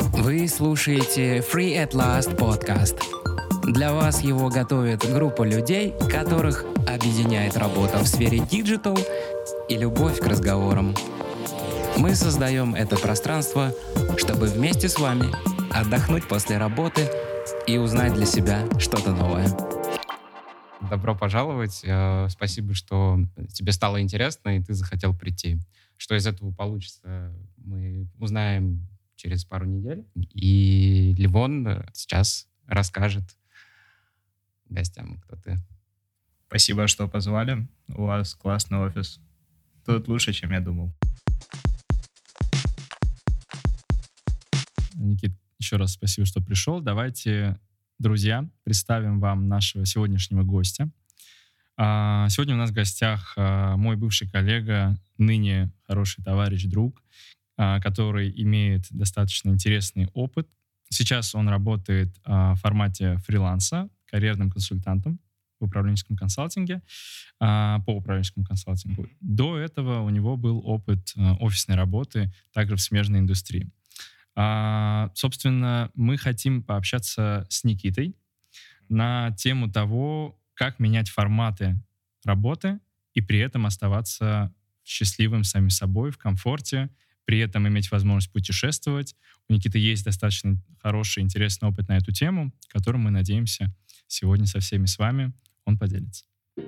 Вы слушаете Free at Last подкаст. Для вас его готовит группа людей, которых объединяет работа в сфере диджитал и любовь к разговорам. Мы создаем это пространство, чтобы вместе с вами отдохнуть после работы и узнать для себя что-то новое. Добро пожаловать. Спасибо, что тебе стало интересно, и ты захотел прийти. Что из этого получится, мы узнаем через пару недель. И Левон сейчас расскажет гостям, кто ты. Спасибо, что позвали. У вас классный офис. Тут лучше, чем я думал. Никит, еще раз спасибо, что пришел. Давайте, друзья, представим вам нашего сегодняшнего гостя. Сегодня у нас в гостях мой бывший коллега, ныне хороший товарищ, друг, который имеет достаточно интересный опыт. Сейчас он работает в формате фриланса, карьерным консультантом в управленческом консалтинге, по управленческому консалтингу. До этого у него был опыт офисной работы также в смежной индустрии. Собственно, мы хотим пообщаться с Никитой на тему того, как менять форматы работы и при этом оставаться счастливым самим собой, в комфорте, при этом иметь возможность путешествовать. У Никиты есть достаточно хороший, интересный опыт на эту тему, которым мы надеемся сегодня со всеми с вами он поделится.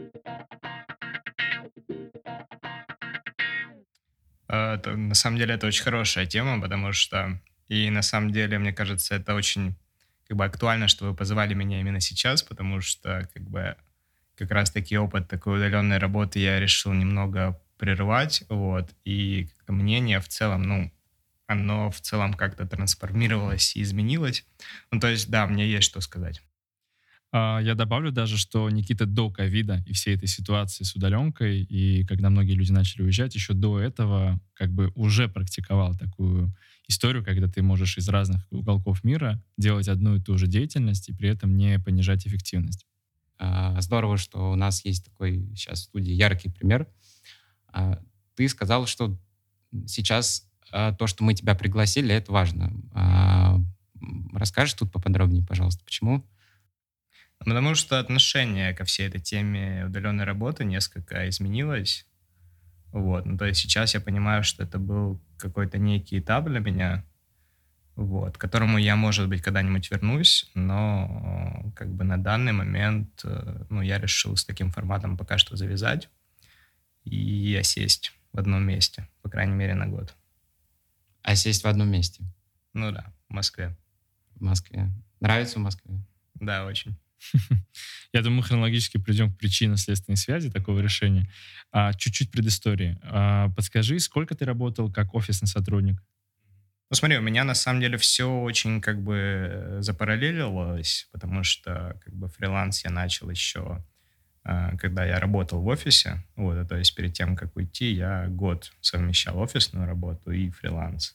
На самом деле это очень хорошая тема, потому что и на самом деле, мне кажется, это очень актуально, что вы позвали меня именно сейчас, потому что как раз-таки опыт такой удаленной работы я решил немного прервать, и мнение в целом, оно в целом как-то трансформировалось и изменилось. То есть, да, мне есть что сказать. Я добавлю даже, что Никита до ковида и всей этой ситуации с удаленкой, и когда многие люди начали уезжать, еще до этого уже практиковал такую историю, когда ты можешь из разных уголков мира делать одну и ту же деятельность и при этом не понижать эффективность. Здорово, что у нас есть такой сейчас в студии яркий пример. Ты сказал, что сейчас то, что мы тебя пригласили, это важно. Расскажешь тут поподробнее, пожалуйста, почему? Потому что отношение ко всей этой теме удаленной работы несколько изменилось. То есть сейчас я понимаю, что это был какой-то некий этап для меня, к которому я, может быть, когда-нибудь вернусь, но на данный момент я решил с таким форматом пока что завязать и осесть в одном месте, по крайней мере, на год. Осесть в одном месте? Да, в Москве. В Москве. Нравится в Москве? Да, очень. Я думаю, мы хронологически придем к причинно-следственной связи такого решения. Чуть-чуть предыстории. Подскажи, сколько ты работал как офисный сотрудник? Смотри, у меня на самом деле все очень запараллелилось, потому что фриланс я начал еще, когда я работал в офисе. То есть перед тем, как уйти, я год совмещал офисную работу и фриланс.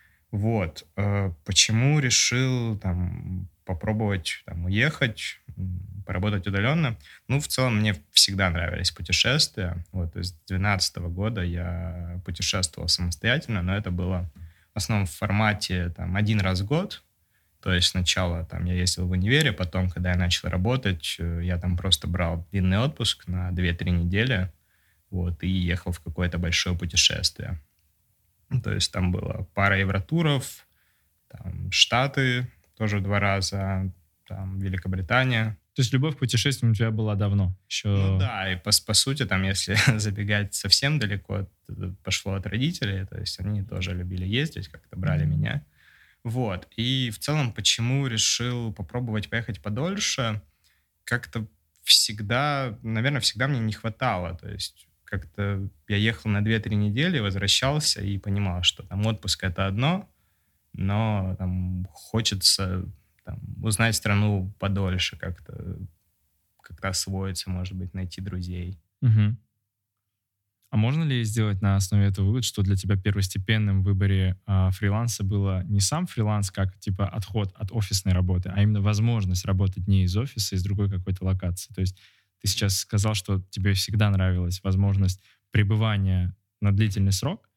Почему решил попробовать уехать, поработать удаленно? В целом мне всегда нравились путешествия. То есть с 2012 года я путешествовал самостоятельно, но это было в основном в формате один раз в год. То есть сначала я ездил в универе, потом, когда я начал работать, я просто брал длинный отпуск на 2-3 недели и ехал в какое-то большое путешествие. То есть там была пара евротуров, Штаты тоже 2 раза, Великобритания. То есть любовь к путешествиям у тебя была давно? Еще... Да, и по сути, если забегать совсем далеко, это пошло от родителей, то есть они тоже любили ездить, как-то брали меня. И в целом, почему решил попробовать поехать подольше, как-то всегда мне не хватало, то есть как-то я ехал на 2-3 недели, возвращался и понимал, что отпуск — это одно, но хочется узнать страну подольше, как-то освоиться, может быть, найти друзей. Угу. А можно ли сделать на основе этого вывод, что для тебя первостепенным в выборе фриланса было не сам фриланс, как отход от офисной работы, а именно возможность работать не из офиса, из другой какой-то локации? То есть ты сейчас сказал, что тебе всегда нравилась возможность пребывания на длительный срок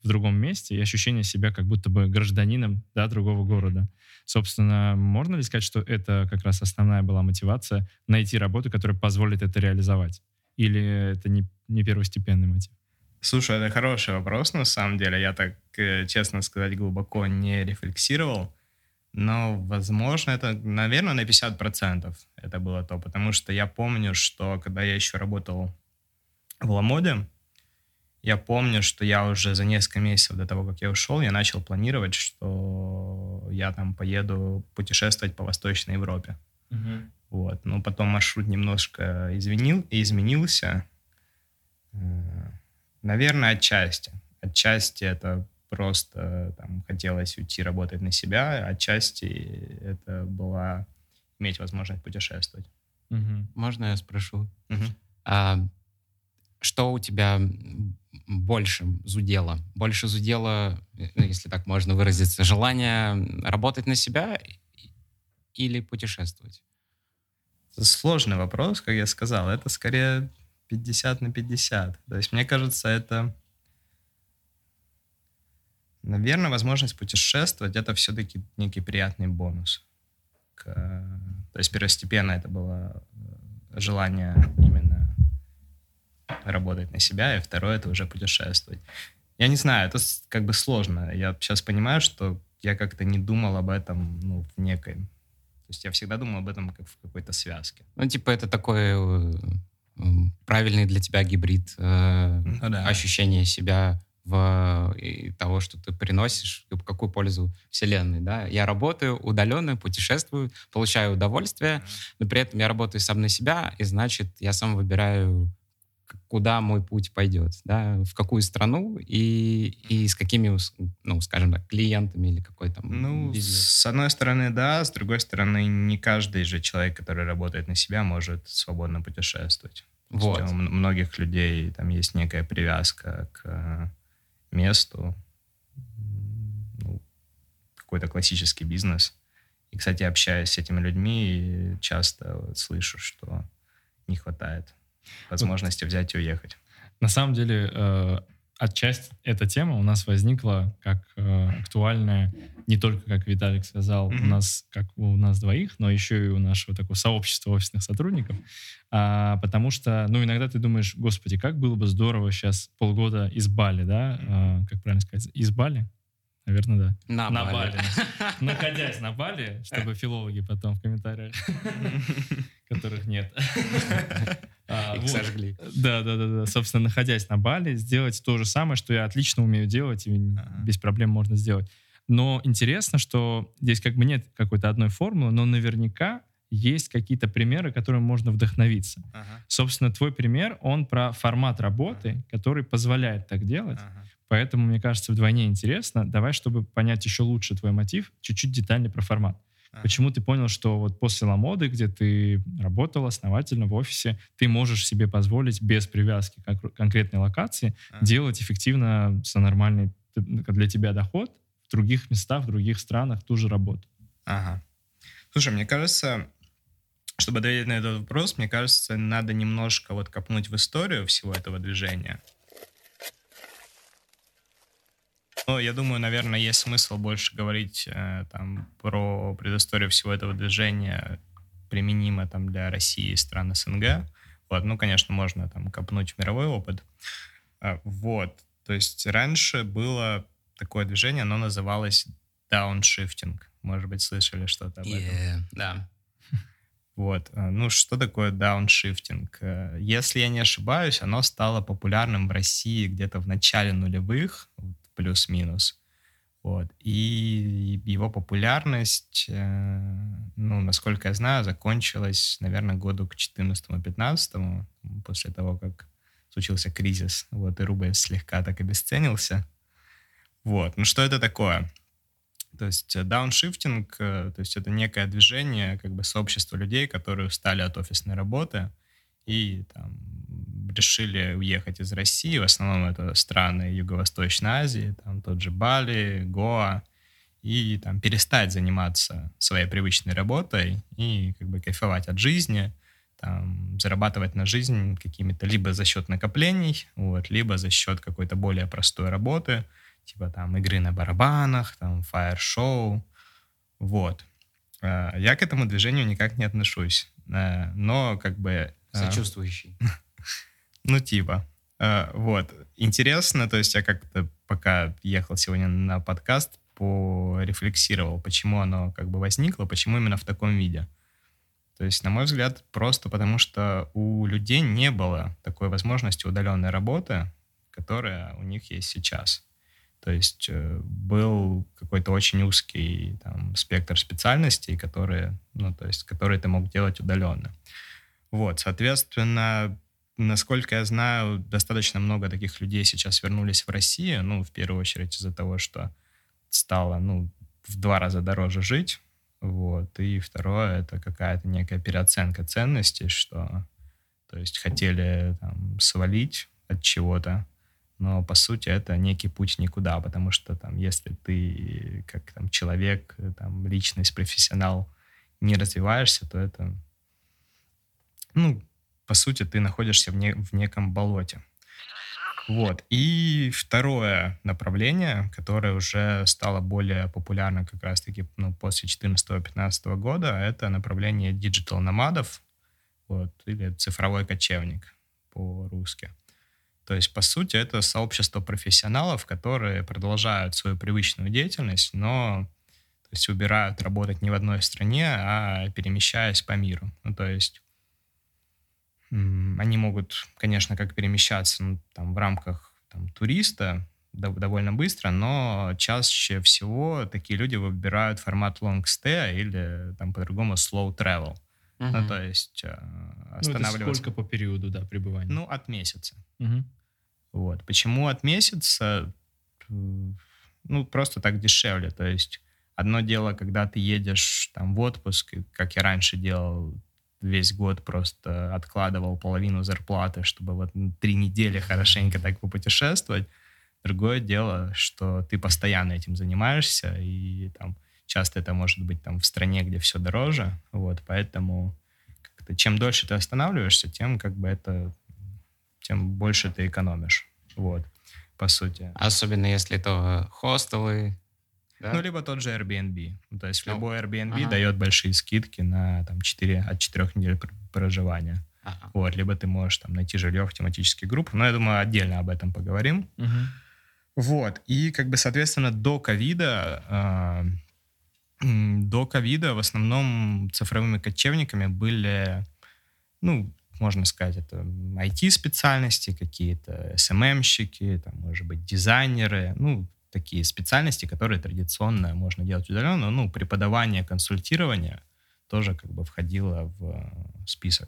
в другом месте и ощущение себя как будто бы гражданином, да, другого города. Собственно, можно ли сказать, что это как раз основная была мотивация найти работу, которая позволит это реализовать? Или это не первостепенный мотив? Слушай, это хороший вопрос, на самом деле. Я так, честно сказать, глубоко не рефлексировал. Но, возможно, это, наверное, на 50% это было то. Потому что я помню, что когда я еще работал в Ламоде, я помню, что я уже за несколько месяцев до того, как я ушел, я начал планировать, что я там поеду путешествовать по Восточной Европе. Вот. Но потом маршрут немножко изменился. Наверное, отчасти. Отчасти это просто там хотелось уйти работать на себя, отчасти это была иметь возможность путешествовать. Можно я спрошу? Мгм. Что у тебя больше зудело? Больше зудело, если так можно выразиться, желание работать на себя или путешествовать? Это сложный вопрос, как я сказал. Это скорее 50/50. То есть, мне кажется, это, наверное, возможность путешествовать — это все-таки некий приятный бонус. То есть, первостепенно это было желание именно работать на себя, и второе — это уже путешествовать. Я не знаю, это как бы сложно. Я сейчас понимаю, что я как-то не думал об этом, ну, в некой... То есть я всегда думал об этом как в какой-то связке. Ну, типа, это такой правильный для тебя гибрид Ну да. ощущения себя и того, что ты приносишь, и какую пользу вселенной, да. Я работаю удаленно, путешествую, получаю удовольствие, но при этом я работаю сам на себя, и значит, я сам выбираю, куда мой путь пойдет, да, в какую страну и с какими, ну, скажем так, клиентами или какой там Ну, бизнес. с одной стороны, да, с другой стороны, не каждый же человек, который работает на себя, может свободно путешествовать. То есть Вот. у многих людей там есть некая привязка к месту, ну, какой-то классический бизнес. И, кстати, общаясь с этими людьми, часто вот слышу, что не хватает возможности взять и уехать. На самом деле, отчасти эта тема у нас возникла как актуальная не только, как Виталик сказал, как у нас двоих, но еще и у нашего такого сообщества офисных сотрудников. Потому что, ну, иногда ты думаешь, господи, как было бы здорово сейчас полгода из Бали, да? Как правильно сказать? Из Бали? Наверное, да. На Бали. Находясь на Бали, чтобы филологи потом в комментариях, которых нет. Их сожгли. Да. Собственно, находясь на Бали, сделать то же самое, что я отлично умею делать, и без проблем можно сделать. Но интересно, что здесь как бы нет какой-то одной формулы, но наверняка есть какие-то примеры, которым можно вдохновиться. Собственно, твой пример, он про формат работы, который позволяет так делать. Поэтому, мне кажется, вдвойне интересно. Давай, чтобы понять еще лучше твой мотив, чуть-чуть детальнее про формат. Почему ты понял, что вот после Ламоды, где ты работал основательно в офисе, ты можешь себе позволить без привязки к конкретной локации делать эффективно за нормальный для тебя доход в других местах, в других странах ту же работу? Слушай, мне кажется, чтобы ответить на этот вопрос, мне кажется, надо немножко вот копнуть в историю всего этого движения. Ну, я думаю, наверное, есть смысл больше говорить там про предысторию всего этого движения, применимо там для России и стран СНГ. Вот, ну, конечно, можно там копнуть в мировой опыт. Вот, то есть раньше было такое движение, оно называлось дауншифтинг. Может быть, слышали что-то об этом? Да. Вот, ну, что такое дауншифтинг? Если я не ошибаюсь, оно стало популярным в России где-то в начале нулевых, плюс-минус. Вот. И его популярность, ну, насколько я знаю, закончилась, наверное, году к 2014-2015, после того, как случился кризис, вот, и рубль слегка так обесценился. Вот. Ну, что это такое? То есть дауншифтинг, то есть это некое движение, как бы сообщество людей, которые устали от офисной работы и там решили уехать из России. В основном это страны Юго-Восточной Азии, там тот же Бали, Гоа, и там перестать заниматься своей привычной работой и как бы кайфовать от жизни, там, зарабатывать на жизнь какими-то либо за счет накоплений, вот, либо за счет какой-то более простой работы, типа там игры на барабанах, там фаер-шоу. Вот. Я к этому движению никак не отношусь. Но как бы... Сочувствующий. Ну, типа. Вот. Интересно, то есть я как-то, пока ехал сегодня на подкаст, порефлексировал, почему оно как бы возникло, почему именно в таком виде. То есть, на мой взгляд, просто потому что у людей не было такой возможности удаленной работы, которая у них есть сейчас. То есть был какой-то очень узкий там, спектр специальностей, которые ты мог делать удаленно. Вот, соответственно, насколько я знаю, достаточно много таких людей сейчас вернулись в Россию, ну, в первую очередь из-за того, что стало, в 2 раза дороже жить, вот, и второе, это какая-то некая переоценка ценностей, что, то есть, хотели там свалить от чего-то, но, по сути, это некий путь никуда, потому что, там, если ты, как там, человек, там, личность, профессионал не развиваешься, то это, по сути, ты находишься в неком болоте. Вот. И второе направление, которое уже стало более популярно как раз-таки после 2014-2015 года, это направление диджитал-номадов, вот, или цифровой кочевник по-русски. То есть, по сути, это сообщество профессионалов, которые продолжают свою привычную деятельность, но то есть, выбирают работать не в одной стране, а перемещаясь по миру. Ну, то есть они могут, конечно, как перемещаться там, в рамках там, туриста довольно быстро, но чаще всего такие люди выбирают формат long stay или там по-другому slow travel. Ну, то есть останавливаться... это сколько по периоду, да, пребывания? От месяца. Вот. Почему от месяца? Просто так дешевле. То есть одно дело, когда ты едешь там в отпуск, как я раньше делал, весь год просто откладывал половину зарплаты, чтобы вот 3 недели хорошенько так попутешествовать. Другое дело, что ты постоянно этим занимаешься, и там часто это может быть там в стране, где все дороже. Вот, поэтому как-то, чем дольше ты останавливаешься, тем больше ты экономишь. Вот, по сути. Особенно если это хостелы. Да? Либо тот же Airbnb. То есть любой Airbnb дает большие скидки на там, от 4 недель проживания. Вот, либо ты можешь там найти жилье в тематических группах. Но я думаю, отдельно об этом поговорим. Вот. И, соответственно, до ковида в основном цифровыми кочевниками были, можно сказать, это IT-специальности, какие-то SMM-щики, там, может быть, дизайнеры, такие специальности, которые традиционно можно делать удаленно. Преподавание, консультирование тоже входило в список.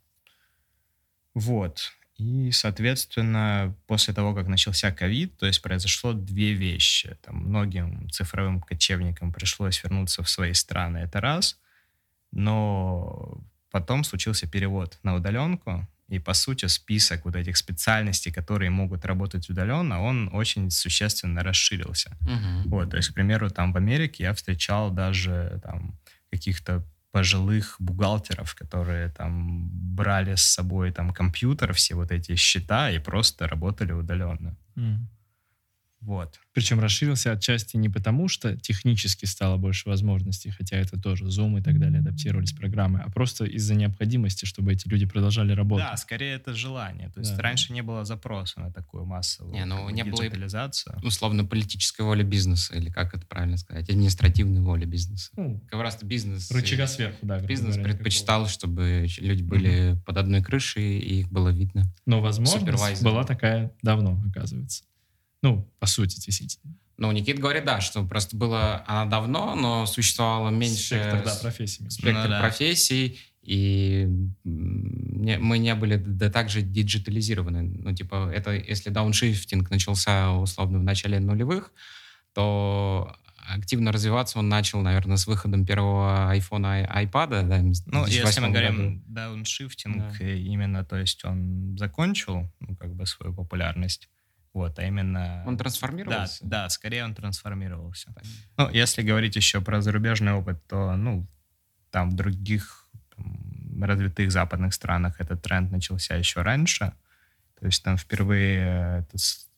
Вот. И, соответственно, после того, как начался ковид, то есть произошло 2 вещи. Там, многим цифровым кочевникам пришлось вернуться в свои страны, это раз. Но потом случился перевод на удаленку, и, по сути, список вот этих специальностей, которые могут работать удаленно, он очень существенно расширился. Вот, то есть, к примеру, там в Америке я встречал даже там каких-то пожилых бухгалтеров, которые там брали с собой там компьютер, все вот эти счета и просто работали удаленно. Вот. Причем расширился отчасти не потому, что технически стало больше возможностей, хотя это тоже Zoom и так далее, адаптировались программы, а просто из-за необходимости, чтобы эти люди продолжали работать. Да, скорее это желание. То есть раньше не было запроса на такую массовую не диджитализацию. Было условно политической воли бизнеса, или как это правильно сказать, административной воли бизнеса. Как раз бизнес... Рычага сверху, да. Бизнес предпочитал, чтобы люди были под одной крышей, и их было видно. Но возможность была такая давно, оказывается. По сути, действительно. Никита говорит, да, что просто было она давно, но существовало меньше... Спектр профессий, и мы не были так же диджитализированы. Это если дауншифтинг начался условно в начале нулевых, то активно развиваться он начал, наверное, с выходом первого айфона, айпада. Да, если мы говорим дауншифтинг, именно, то есть он закончил свою популярность. Вот, а именно... Он трансформировался? Да, скорее он трансформировался. Если говорить еще про зарубежный опыт, то, там в других развитых западных странах этот тренд начался еще раньше. То есть там впервые это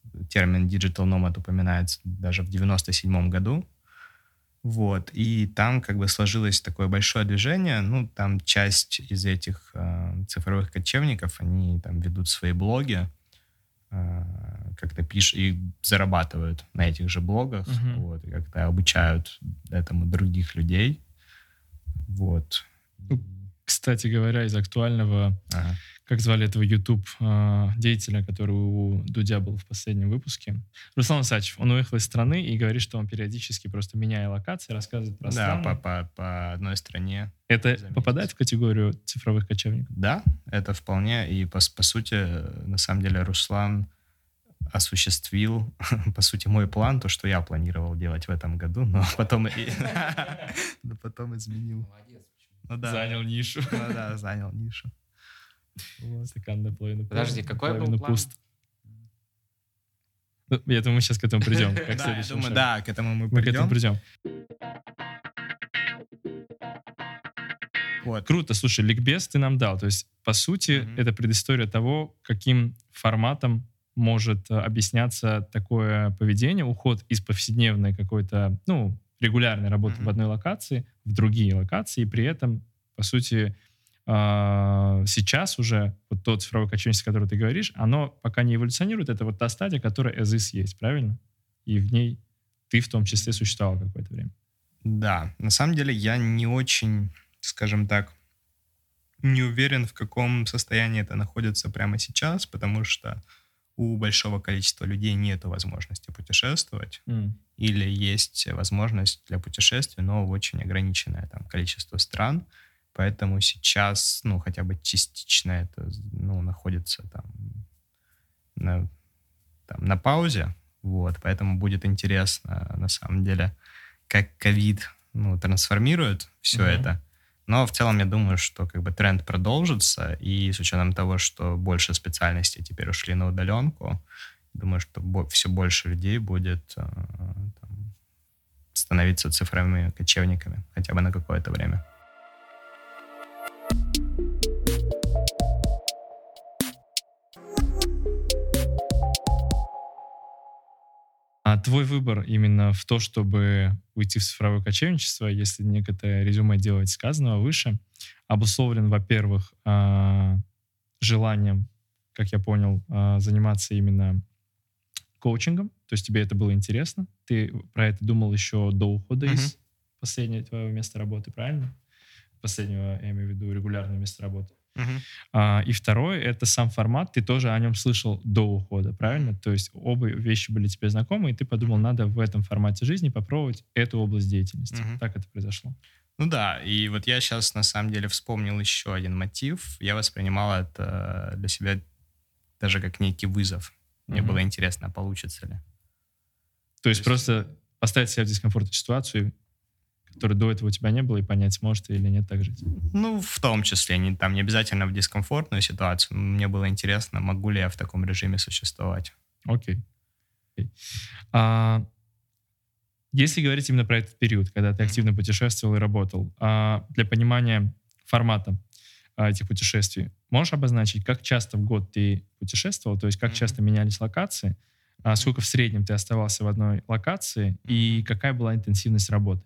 термин digital nomad упоминается даже в 97 году. Вот. И там как бы сложилось такое большое движение. Ну, там часть из этих цифровых кочевников, они там ведут свои блоги, как-то пишут и зарабатывают на этих же блогах, вот, и как-то обучают этому других людей. Вот. Кстати говоря, из актуального, как звали этого YouTube-деятеля, который у Дудя был в последнем выпуске, Руслан Усачев. Он уехал из страны и говорит, что он периодически просто меняя локации, рассказывает про страны. Да, по одной стране. Это попадает в категорию цифровых кочевников? Да, это вполне. И по сути, на самом деле, Руслан осуществил, по сути, мой план, то, что я планировал делать в этом году, но потом изменил. Занял нишу. Ну да, занял нишу. Стакан наполовину. Подожди, какой был план? Пуст. Я думаю, мы сейчас к этому придем. Да, к этому мы к этому придем. Вот. Круто, слушай, ликбез ты нам дал. То есть, по сути, это предыстория того, каким форматом может объясняться такое поведение, уход из повседневной какой-то, регулярной работы в одной локации в другие локации, и при этом, по сути, сейчас уже вот то цифровое кочевничество, о котором ты говоришь, оно пока не эволюционирует, это вот та стадия, которая as is есть, правильно? И в ней ты в том числе существовал какое-то время. Да, на самом деле я не очень, скажем так, не уверен, в каком состоянии это находится прямо сейчас, потому что у большого количества людей нет возможности путешествовать, или есть возможность для путешествий, но в очень ограниченное там количество стран. Поэтому сейчас, хотя бы частично это, находится на паузе. Вот, поэтому будет интересно, на самом деле, как ковид, трансформирует все это. Но в целом я думаю, что как бы тренд продолжится, и с учетом того, что больше специальностей теперь ушли на удаленку, думаю, что все больше людей будет становиться цифровыми кочевниками, хотя бы на какое-то время. А твой выбор именно в то, чтобы уйти в цифровое кочевничество, если некое резюме делать сказанного выше, обусловлен, во-первых, желанием, как я понял, заниматься именно коучингом, то есть тебе это было интересно, ты про это думал еще до ухода из последнего твоего места работы, правильно? Последнего, я имею в виду, регулярного места работы. И второе, это сам формат, ты тоже о нем слышал до ухода, правильно? То есть оба вещи были тебе знакомы, и ты подумал, надо в этом формате жизни попробовать эту область деятельности. Так это произошло. Ну да, и вот я сейчас на самом деле вспомнил еще один мотив. Я воспринимал это для себя даже как некий вызов. Мне было интересно, получится ли. То есть просто поставить себя в дискомфортную ситуацию, которой до этого у тебя не было, и понять, сможешь ты или нет так жить? В том числе. Не обязательно в дискомфортную ситуацию. Мне было интересно, могу ли я в таком режиме существовать. Окей. Если говорить именно про этот период, когда ты активно путешествовал и работал, для понимания формата этих путешествий, можешь обозначить, как часто в год ты путешествовал, то есть как часто менялись локации, сколько в среднем ты оставался в одной локации, и какая была интенсивность работы?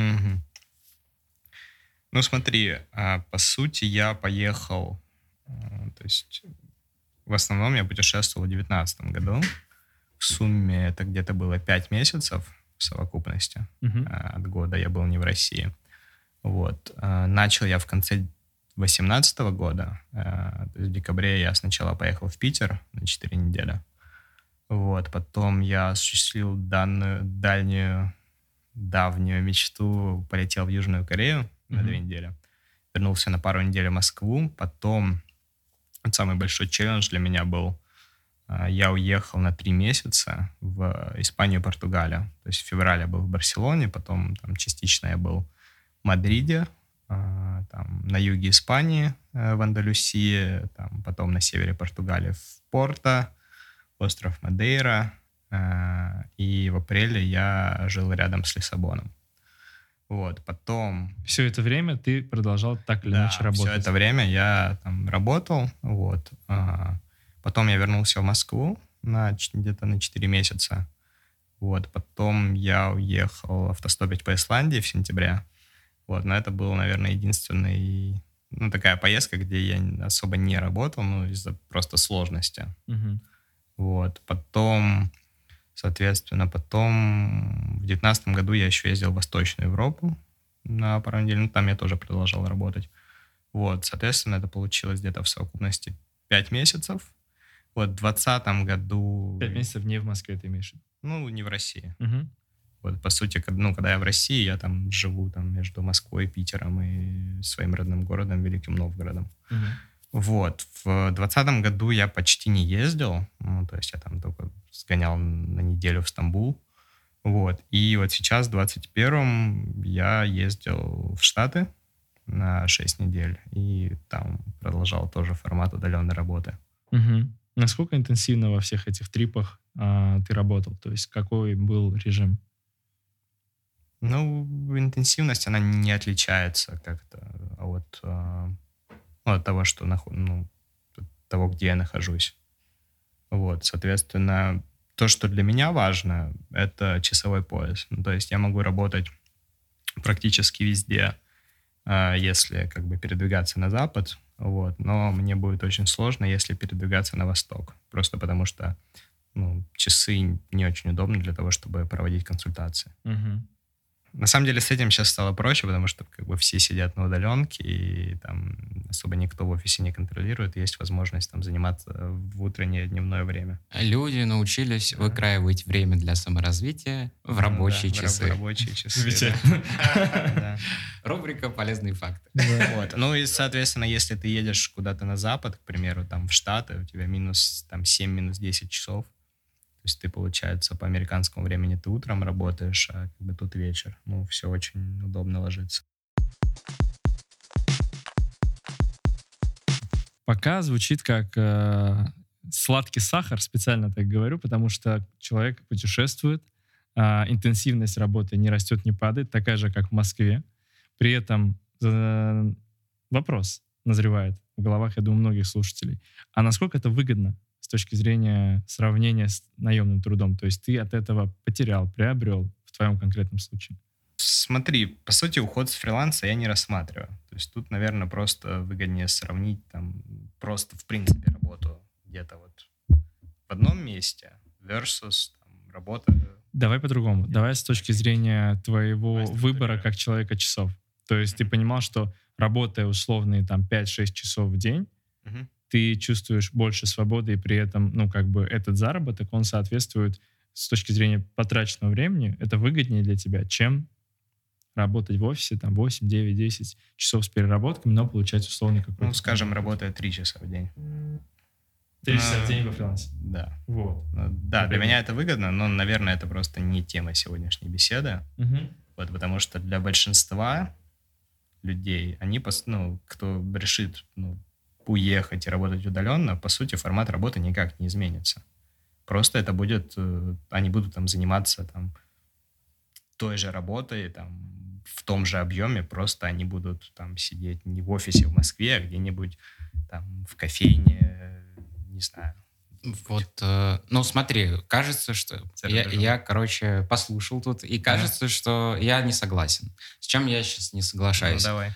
Смотри, по сути, я поехал, то есть в основном я путешествовал в 2019 году. В сумме это где-то было 5 месяцев в совокупности от года. Я был не в России. Вот. Начал я в конце 2018 года. То есть в декабре я сначала поехал в Питер на 4 недели. Вот. Потом я осуществил давнюю мечту, полетел в Южную Корею на 2 недели. Вернулся на пару недель в Москву. Потом самый большой челлендж для меня был, я уехал на 3 месяца в Испанию и Португалию. То есть в феврале я был в Барселоне, потом частично я был в Мадриде, на юге Испании, в Андалусии, потом на севере Португалии в Порто, остров Мадейра. И в апреле я жил рядом с Лиссабоном. Вот, потом... Все это время ты продолжал так или иначе работать? Все это время я работал. Вот. Потом я вернулся в Москву где-то на 4 месяца. Вот, потом я уехал автостопить по Исландии в сентябре. Вот, но это был, наверное, единственный, такая поездка, где я особо не работал, из-за просто сложности. Вот, соответственно, потом в 2019 году я еще ездил в Восточную Европу на пару недель, там я тоже продолжал работать. Вот, соответственно, это получилось где-то в совокупности 5 месяцев. Вот, в 2020 году... 5 месяцев не в Москве ты имеешь? Не в России. Угу. Вот, по сути, когда я в России, я там живу между Москвой, Питером и своим родным городом, Великим Новгородом. Угу. Вот, в 2020 году я почти не ездил, то есть я там только сгонял на неделю в Стамбул. Вот, и вот сейчас, в 2021 я ездил в Штаты на 6 недель, и там продолжал тоже формат удаленной работы. Угу. Насколько интенсивно во всех этих трипах ты работал? То есть какой был режим? Интенсивность, она не отличается как-то от того, того, где я нахожусь. Вот, соответственно, то, что для меня важно, это часовой пояс. То есть я могу работать практически везде, если передвигаться на запад, вот, но мне будет очень сложно, если передвигаться на восток. Просто потому что часы не очень удобны для того, чтобы проводить консультации. Угу. На самом деле с этим сейчас стало проще, потому что все сидят на удаленке, и там особо никто в офисе не контролирует, есть возможность там заниматься в утреннее дневное время. Люди научились выкраивать время для саморазвития в рабочие часы. В рабочие часы. Замечательно. Рубрика «Полезные факты». Вот. И, соответственно, если ты едешь куда-то на запад, к примеру, там в Штаты, у тебя минус 7, минус 10 часов, то есть ты, получается, по американскому времени ты утром работаешь, а тут вечер. Все очень удобно ложится. Пока звучит как сладкий сахар, специально так говорю, потому что человек путешествует, интенсивность работы не растет, не падает, такая же, как в Москве. При этом вопрос назревает в головах, я думаю, многих слушателей. А насколько это выгодно с точки зрения сравнения с наемным трудом? То есть ты от этого потерял, приобрел в твоем конкретном случае? Смотри, по сути, уход с фриланса я не рассматриваю. То есть тут, наверное, просто выгоднее сравнить просто, в принципе, работу где-то в одном месте versus работа... Давай по-другому. Давай с точки зрения твоего выбора как человека часов. То есть ты понимал, что работая условные 5-6 часов в день, ты чувствуешь больше свободы, и при этом, этот заработок, он соответствует с точки зрения потраченного времени, это выгоднее для тебя, чем работать в офисе 8, 9, 10 часов с переработками, но получать условно какой-то... скажем, работая 3 часа в день. 3 часа в день во фрилансе. Да. Вот. Да, для меня это выгодно, но, наверное, это просто не тема сегодняшней беседы. Вот, потому что для большинства людей, они, кто решит уехать и работать удаленно, по сути, формат работы никак не изменится. Просто это будет, они будут заниматься той же работой, в том же объеме, просто они будут сидеть не в офисе в Москве, а где-нибудь в кофейне, не знаю. Вот, смотри, кажется, что я, послушал тут, и кажется, что я не согласен. С чем я сейчас не соглашаюсь? Давай.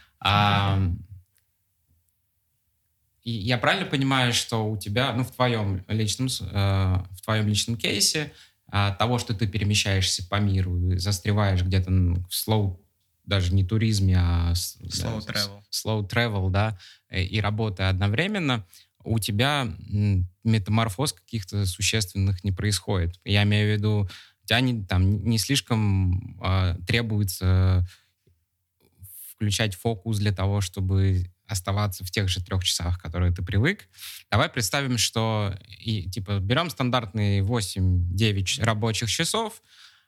Я правильно понимаю, что у тебя, в твоем личном кейсе, того, что ты перемещаешься по миру и застреваешь где-то в даже не туризме, а slow travel, да, и работая одновременно, у тебя метаморфоз каких-то существенных не происходит. Я имею в виду, у тебя не слишком требуется включать фокус для того, чтобы оставаться в тех же 3 часах, которые ты привык. Давай представим, что берем стандартные 8-9 рабочих часов,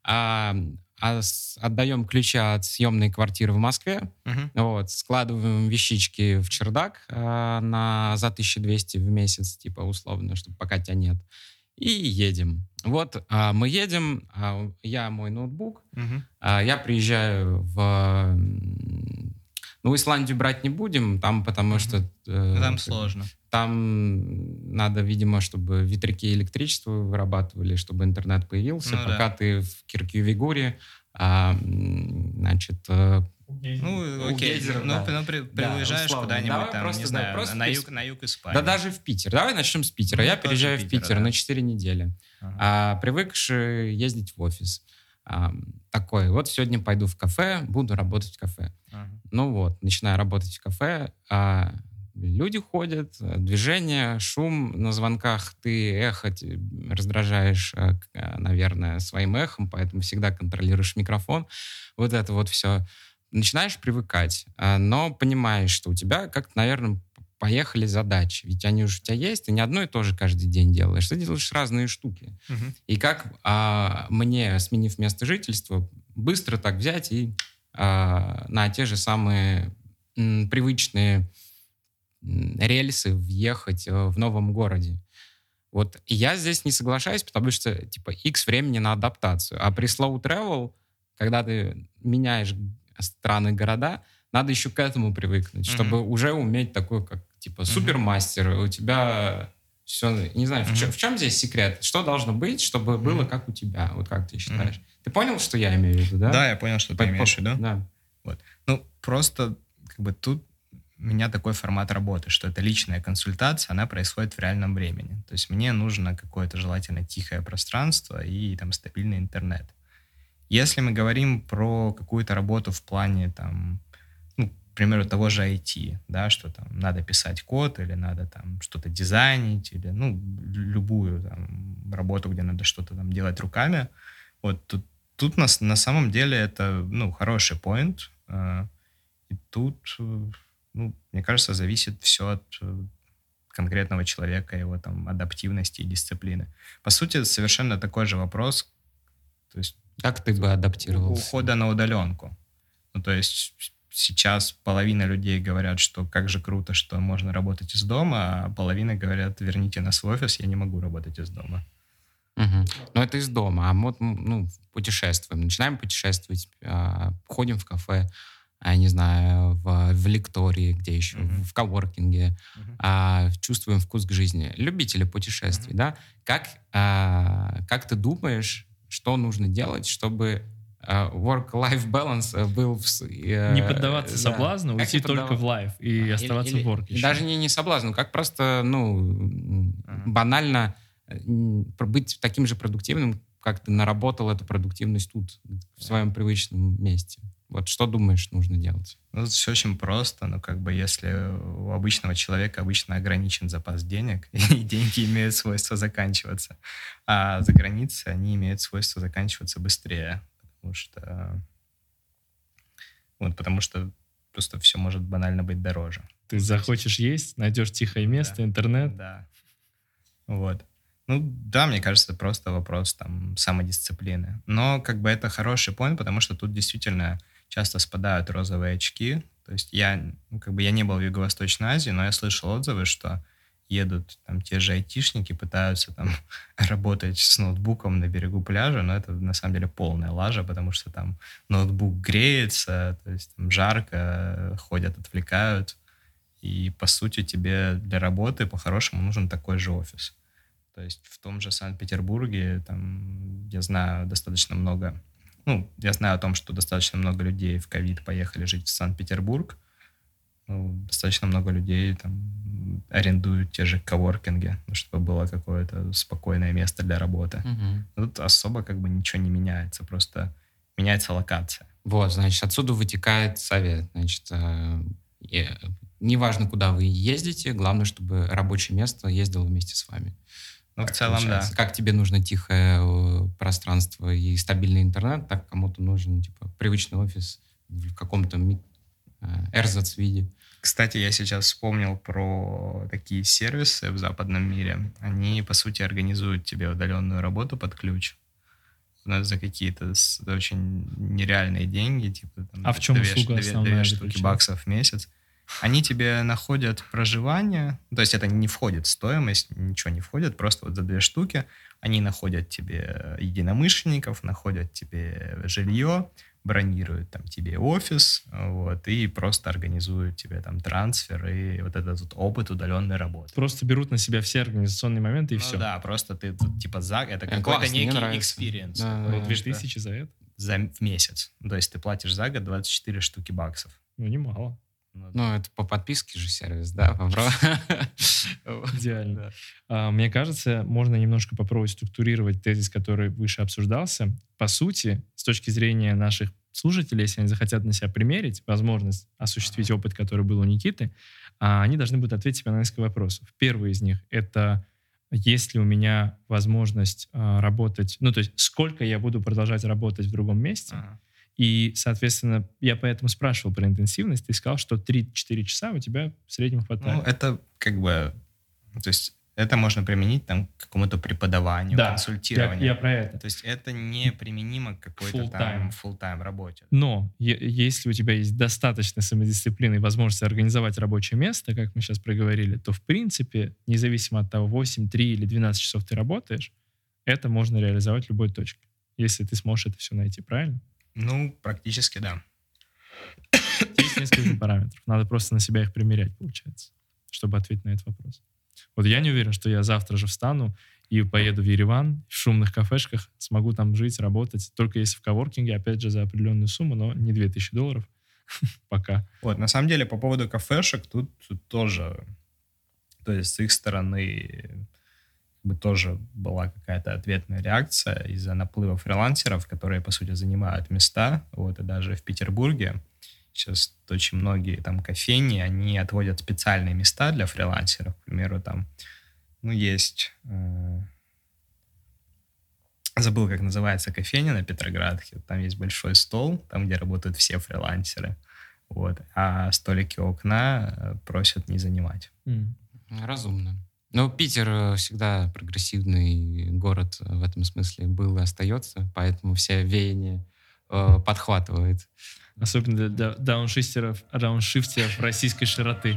отдаем ключи от съемной квартиры в Москве, складываем вещички в чердак за 1200 в месяц, условно, чтобы пока тебя нет, и едем. Мы едем, мой ноутбук, я приезжаю Ну, Исландию брать не будем, там потому что... Там сложно. Там надо, видимо, чтобы ветряки электричество вырабатывали, чтобы интернет появился. Ну, пока да. ты в Киркьювигуре, значит... Ну, У окей. гейзера, Ну, да. приезжаешь условно. куда-нибудь, Давай там, просто, не да, знаю, просто на юг Испании. Да даже в Питер. Давай начнем с Питера. Ну, Я тоже переезжаю в Питер, Питер да. на 4 недели. Ага. Привыкший ездить в офис. Такой, вот сегодня пойду в кафе, буду работать в кафе. Ага. Ну вот, начинаю работать в кафе, люди ходят, движение, шум на звонках, ты эхо раздражаешь, наверное, своим эхом, поэтому всегда контролируешь микрофон. Вот это вот все. Начинаешь привыкать, но понимаешь, что у тебя как-то, наверное, поехали задачи. Ведь они уже у тебя есть, ты не одно и то же каждый день делаешь, ты делаешь разные штуки. Мгм. И как мне, сменив место жительства, быстро так взять и на те же самые привычные рельсы въехать в новом городе. Вот и я здесь не соглашаюсь, потому что типа X времени на адаптацию. А при slow travel, когда ты меняешь страны, города, надо еще к этому привыкнуть, чтобы уже уметь такой, как типа супермастер. У тебя все, не знаю, в чем здесь секрет? Что должно быть, чтобы было как у тебя? Вот как ты считаешь? Ты понял, что я имею в виду, да? Да, я понял, что ты имеешь в виду. Да. Вот. Ну, просто как бы тут у меня такой формат работы, что это личная консультация, она происходит в реальном времени. То есть мне нужно какое-то желательно тихое пространство и там стабильный интернет. Если мы говорим про какую-то работу в плане там, ну, к примеру, того же IT, да, что там надо писать код или надо там что-то дизайнить или, ну, любую там работу, где надо что-то там делать руками, вот тут на самом деле это, ну, хороший поинт. И тут, ну, мне кажется, зависит все от конкретного человека, его там адаптивности и дисциплины. По сути, это совершенно такой же вопрос, то есть Как ты бы адаптировался? ухода на удаленку. Ну, то есть сейчас половина людей говорят, что как же круто, что можно работать из дома, а половина говорят, верните нас в офис, я не могу работать из дома. Мгм. Но это из дома. А вот, ну, путешествуем. Начинаем путешествовать, ходим в кафе, не знаю, в лектории, где еще, в коворкинге, чувствуем вкус к жизни. Любители путешествий, да? Как ты думаешь, что нужно делать, чтобы work-life balance был... Не поддаваться соблазну, Как уйти не только в лайф и оставаться в work еще. Даже не соблазну, как просто, ну, банально быть таким же продуктивным, как ты наработал эту продуктивность тут, в своем привычном месте. Вот что думаешь, нужно делать? Ну, все очень просто, но как бы если у обычного человека обычно ограничен запас денег, и деньги имеют свойство заканчиваться, а за границей они имеют свойство заканчиваться быстрее, потому что просто все может банально быть дороже. Ты захочешь есть, найдешь тихое место, интернет. Да. Вот. Ну, да, мне кажется, это просто вопрос там самодисциплины. Но как бы это хороший point, потому что тут действительно часто спадают розовые очки. То есть я не был в Юго-Восточной Азии, но я слышал отзывы, что едут там те же айтишники, пытаются там работать с ноутбуком на берегу пляжа, но это на самом деле полная лажа, потому что там ноутбук греется, то есть там жарко, ходят, отвлекают. И, по сути, тебе для работы по-хорошему нужен такой же офис. То есть в том же Санкт-Петербурге, там, я знаю достаточно много... Ну, я знаю о том, что достаточно много людей в ковид поехали жить в Санкт-Петербург. Ну, достаточно много людей там арендуют те же коворкинги, чтобы было какое-то спокойное место для работы. Тут особо как бы ничего не меняется, просто меняется локация. Вот, значит, отсюда вытекает совет. Значит, неважно, куда вы ездите, главное, чтобы рабочее место ездило вместе с вами. Ну, в целом, получается. Да. Как тебе нужно тихое пространство и стабильный интернет, так кому-то нужен типа привычный офис в каком-то эрзац-виде. Кстати, я сейчас вспомнил про такие сервисы в западном мире. Они, по сути, организуют тебе удаленную работу под ключ. За какие-то очень нереальные деньги. Типа, там, в чем услуга основная? 2 штуки баксов в месяц. Они тебе находят проживание, то есть это не входит в стоимость, ничего не входит, просто вот за 2 штуки они находят тебе единомышленников, находят тебе жилье, бронируют там тебе офис, вот, и просто организуют тебе там трансфер и вот этот вот опыт удаленной работы. Просто берут на себя все организационные моменты и все. Да, просто ты тут, типа это какой-то классно, мне некий нравится. экспириенс. Да, Вот да. 2000 за это? В месяц. То есть ты платишь за год 24 штуки баксов. Ну, немало. Ну, это по подписке же сервис, да, Идеально. Да. Мне кажется, можно немножко попробовать структурировать тезис, который выше обсуждался. По сути, с точки зрения наших слушателей, если они захотят на себя примерить возможность осуществить опыт, который был у Никиты, они должны будут ответить себе на несколько вопросов. Первый из них — это есть ли у меня возможность работать, ну, то есть сколько я буду продолжать работать в другом месте. И, соответственно, я поэтому спрашивал про интенсивность. Ты сказал, что 3-4 часа у тебя в среднем хватает. Ну, это как бы... То есть это можно применить там к какому-то преподаванию, Да, консультированию. я про это. То есть это не применимо к какой-то Full-time. там full-time работе. Но если у тебя есть достаточно самодисциплины и возможность организовать рабочее место, как мы сейчас проговорили, то, в принципе, независимо от того, 8, 3 или 12 часов ты работаешь, это можно реализовать в любой точке, если ты сможешь это все найти, правильно? Ну, практически, да. Есть несколько параметров. Надо просто на себя их примерять, получается, чтобы ответить на этот вопрос. Вот я не уверен, что я завтра же встану и поеду в Ереван, в шумных кафешках, смогу там жить, работать, только если в коворкинге, опять же, за определенную сумму, но не $2000 пока. Вот, на самом деле, по поводу кафешек, тут тоже, то есть с их стороны тоже была какая-то ответная реакция из-за наплыва фрилансеров, которые, по сути, занимают места, вот, и даже в Петербурге сейчас очень многие там кофейни, они отводят специальные места для фрилансеров, к примеру, там, ну, есть, забыл, как называется кофейня на Петроградке, там есть большой стол, там, где работают все фрилансеры, вот, а столики у окна просят не занимать. Разумно. Ну, Питер всегда прогрессивный город в этом смысле был и остается, поэтому все веяния подхватывает. Особенно для дауншифтеров российской широты.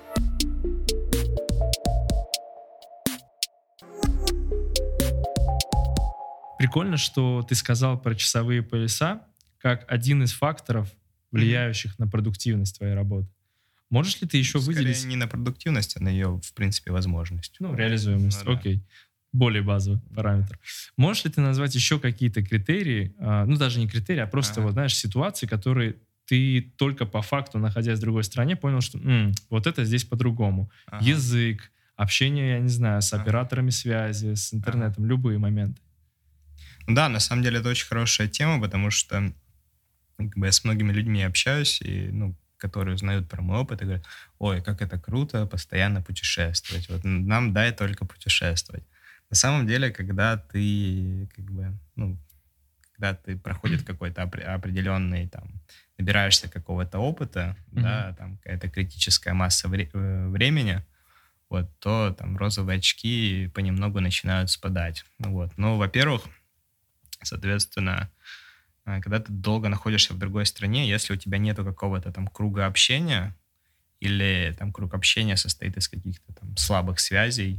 Прикольно, что ты сказал про часовые пояса как один из факторов, влияющих на продуктивность твоей работы. Можешь ли ты еще выделить... Скорее не на продуктивность, а на ее, в принципе, возможность. Ну, реализуемость, Ну, да. окей. Более базовый параметр. Можешь ли ты назвать еще какие-то критерии, ну, даже не критерии, а просто, вот, знаешь, ситуации, которые ты только по факту, находясь в другой стране, понял, что вот это здесь по-другому. Язык, общение, я не знаю, с операторами связи, с интернетом, любые моменты. Да, на самом деле это очень хорошая тема, потому что как бы я с многими людьми общаюсь, и, ну, которые узнают про мой опыт и говорят: ой, как это круто постоянно путешествовать. Вот нам дай только путешествовать. На самом деле, когда ты, как бы, ну, когда ты проходит какой-то определенный, там, набираешься какого-то опыта, да, там, какая-то критическая масса времени, вот, то там розовые очки понемногу начинают спадать. Вот. Ну, во-первых, соответственно, когда ты долго находишься в другой стране, если у тебя нету какого-то там круга общения, или там круг общения состоит из каких-то там слабых связей,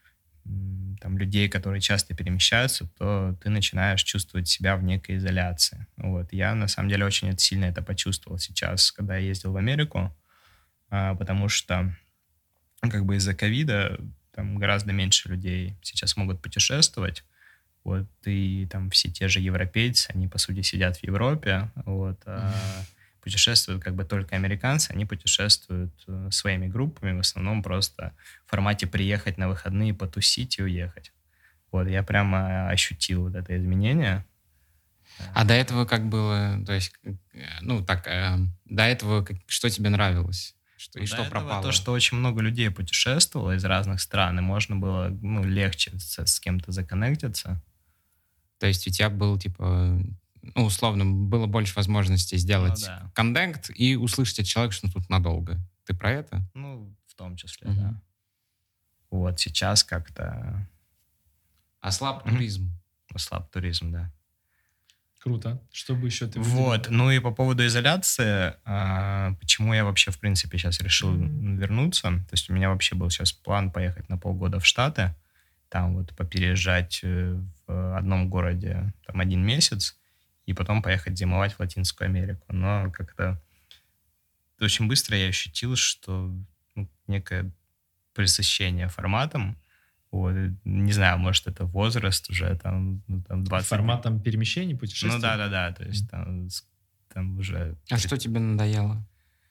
там людей, которые часто перемещаются, то ты начинаешь чувствовать себя в некой изоляции. Вот. Я, на самом деле, очень сильно это почувствовал сейчас, когда я ездил в Америку, потому что как бы из-за ковида там гораздо меньше людей сейчас могут путешествовать. Вот, и там все те же европейцы, они, по сути, сидят в Европе, вот, путешествуют как бы только американцы, они путешествуют своими группами, в основном просто в формате приехать на выходные, потусить и уехать. Вот, я прямо ощутил вот это изменение. А до этого как было, то есть, ну, так, до этого что тебе нравилось? Что пропало? То, что очень много людей путешествовало из разных стран, и можно было, ну, легче с кем-то законнектиться. То есть у тебя был, типа, ну, условно, было больше возможностей сделать коннект и услышать от человека, что тут надолго. Ты про это? Ну, в том числе, да. Вот, сейчас как-то... Ослаб туризм. Ослаб туризм, да. Круто. Что бы еще ты выделил? Вот, ну и по поводу изоляции, почему я вообще, в принципе, сейчас решил вернуться. То есть у меня вообще был сейчас план поехать на полгода в Штаты, там вот попереезжать в одном городе там 1 месяц и потом поехать зимовать в Латинскую Америку. Но как-то очень быстро я ощутил, что некое пресыщение форматом. Вот. Не знаю, может, это возраст уже, там 20... Форматом перемещений, путешествий? Да. То есть там уже... А что тебе надоело?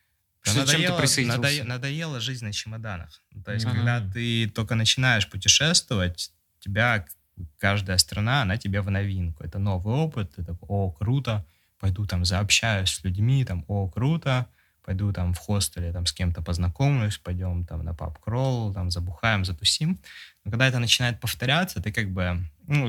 Надоела жизнь на чемоданах. То есть, когда ты только начинаешь путешествовать, тебя каждая страна, она тебе в новинку. Это новый опыт, ты такой, о, круто, пойду там заобщаюсь с людьми, там, о, круто, пойду там в хостеле там с кем-то познакомлюсь, пойдем там на паб-кролл, там забухаем, затусим. Но когда это начинает повторяться, ты как бы,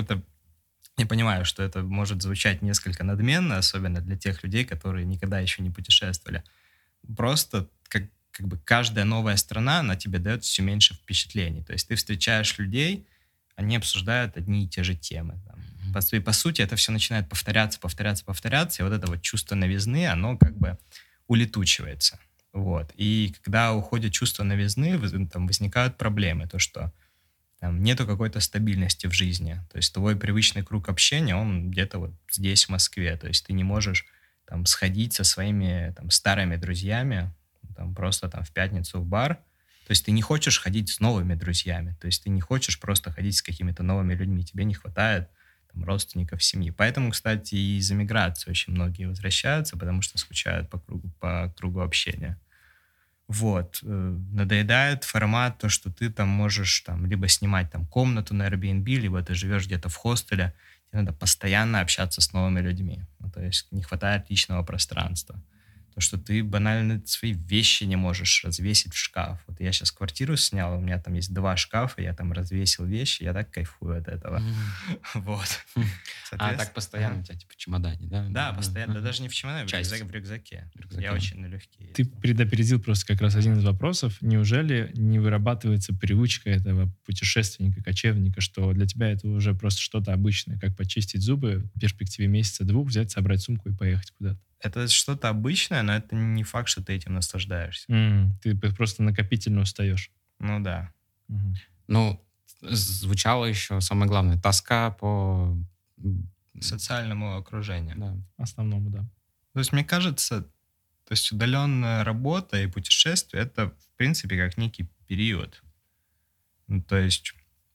я понимаю, что это может звучать несколько надменно, особенно для тех людей, которые никогда еще не путешествовали. Просто как бы каждая новая страна, она тебе дает все меньше впечатлений. То есть ты встречаешь людей, они обсуждают одни и те же темы. По сути, это все начинает повторяться, и вот это вот чувство новизны, оно как бы улетучивается. Вот. И когда уходит чувство новизны, там возникают проблемы. То, что там нету какой-то стабильности в жизни. То есть твой привычный круг общения, он где-то вот здесь, в Москве. То есть ты не можешь там сходить со своими там старыми друзьями там просто там в пятницу в бар. То есть ты не хочешь ходить с новыми друзьями. То есть ты не хочешь просто ходить с какими-то новыми людьми. Тебе не хватает там родственников, семьи. Поэтому, кстати, и из эмиграции очень многие возвращаются, потому что скучают по кругу общения. Вот. Надоедает формат то, что ты там можешь там либо снимать там комнату на Airbnb, либо ты живешь где-то в хостеле. Тебе надо постоянно общаться с новыми людьми. То есть не хватает личного пространства. То, что ты банально свои вещи не можешь развесить в шкаф. Вот я сейчас квартиру снял, у меня там есть 2 шкафа, я там развесил вещи, я так кайфую от этого. Вот. А так постоянно у тебя типа в чемодане, да? Да, постоянно. Да даже не в чемодане, в рюкзаке. Я очень налегке. Ты предопередил просто как раз один из вопросов. Неужели не вырабатывается привычка этого путешественника, кочевника, что для тебя это уже просто что-то обычное, как почистить зубы, в перспективе месяца-двух взять, собрать сумку и поехать куда-то? Это что-то обычное, но это не факт, что ты этим наслаждаешься. Ты просто накопительно устаешь. Ну да. Ну, звучало еще самое главное, тоска по социальному окружению. Да, основному, да. То есть мне кажется, то есть удаленная работа и путешествие — это, в принципе, как некий период. То есть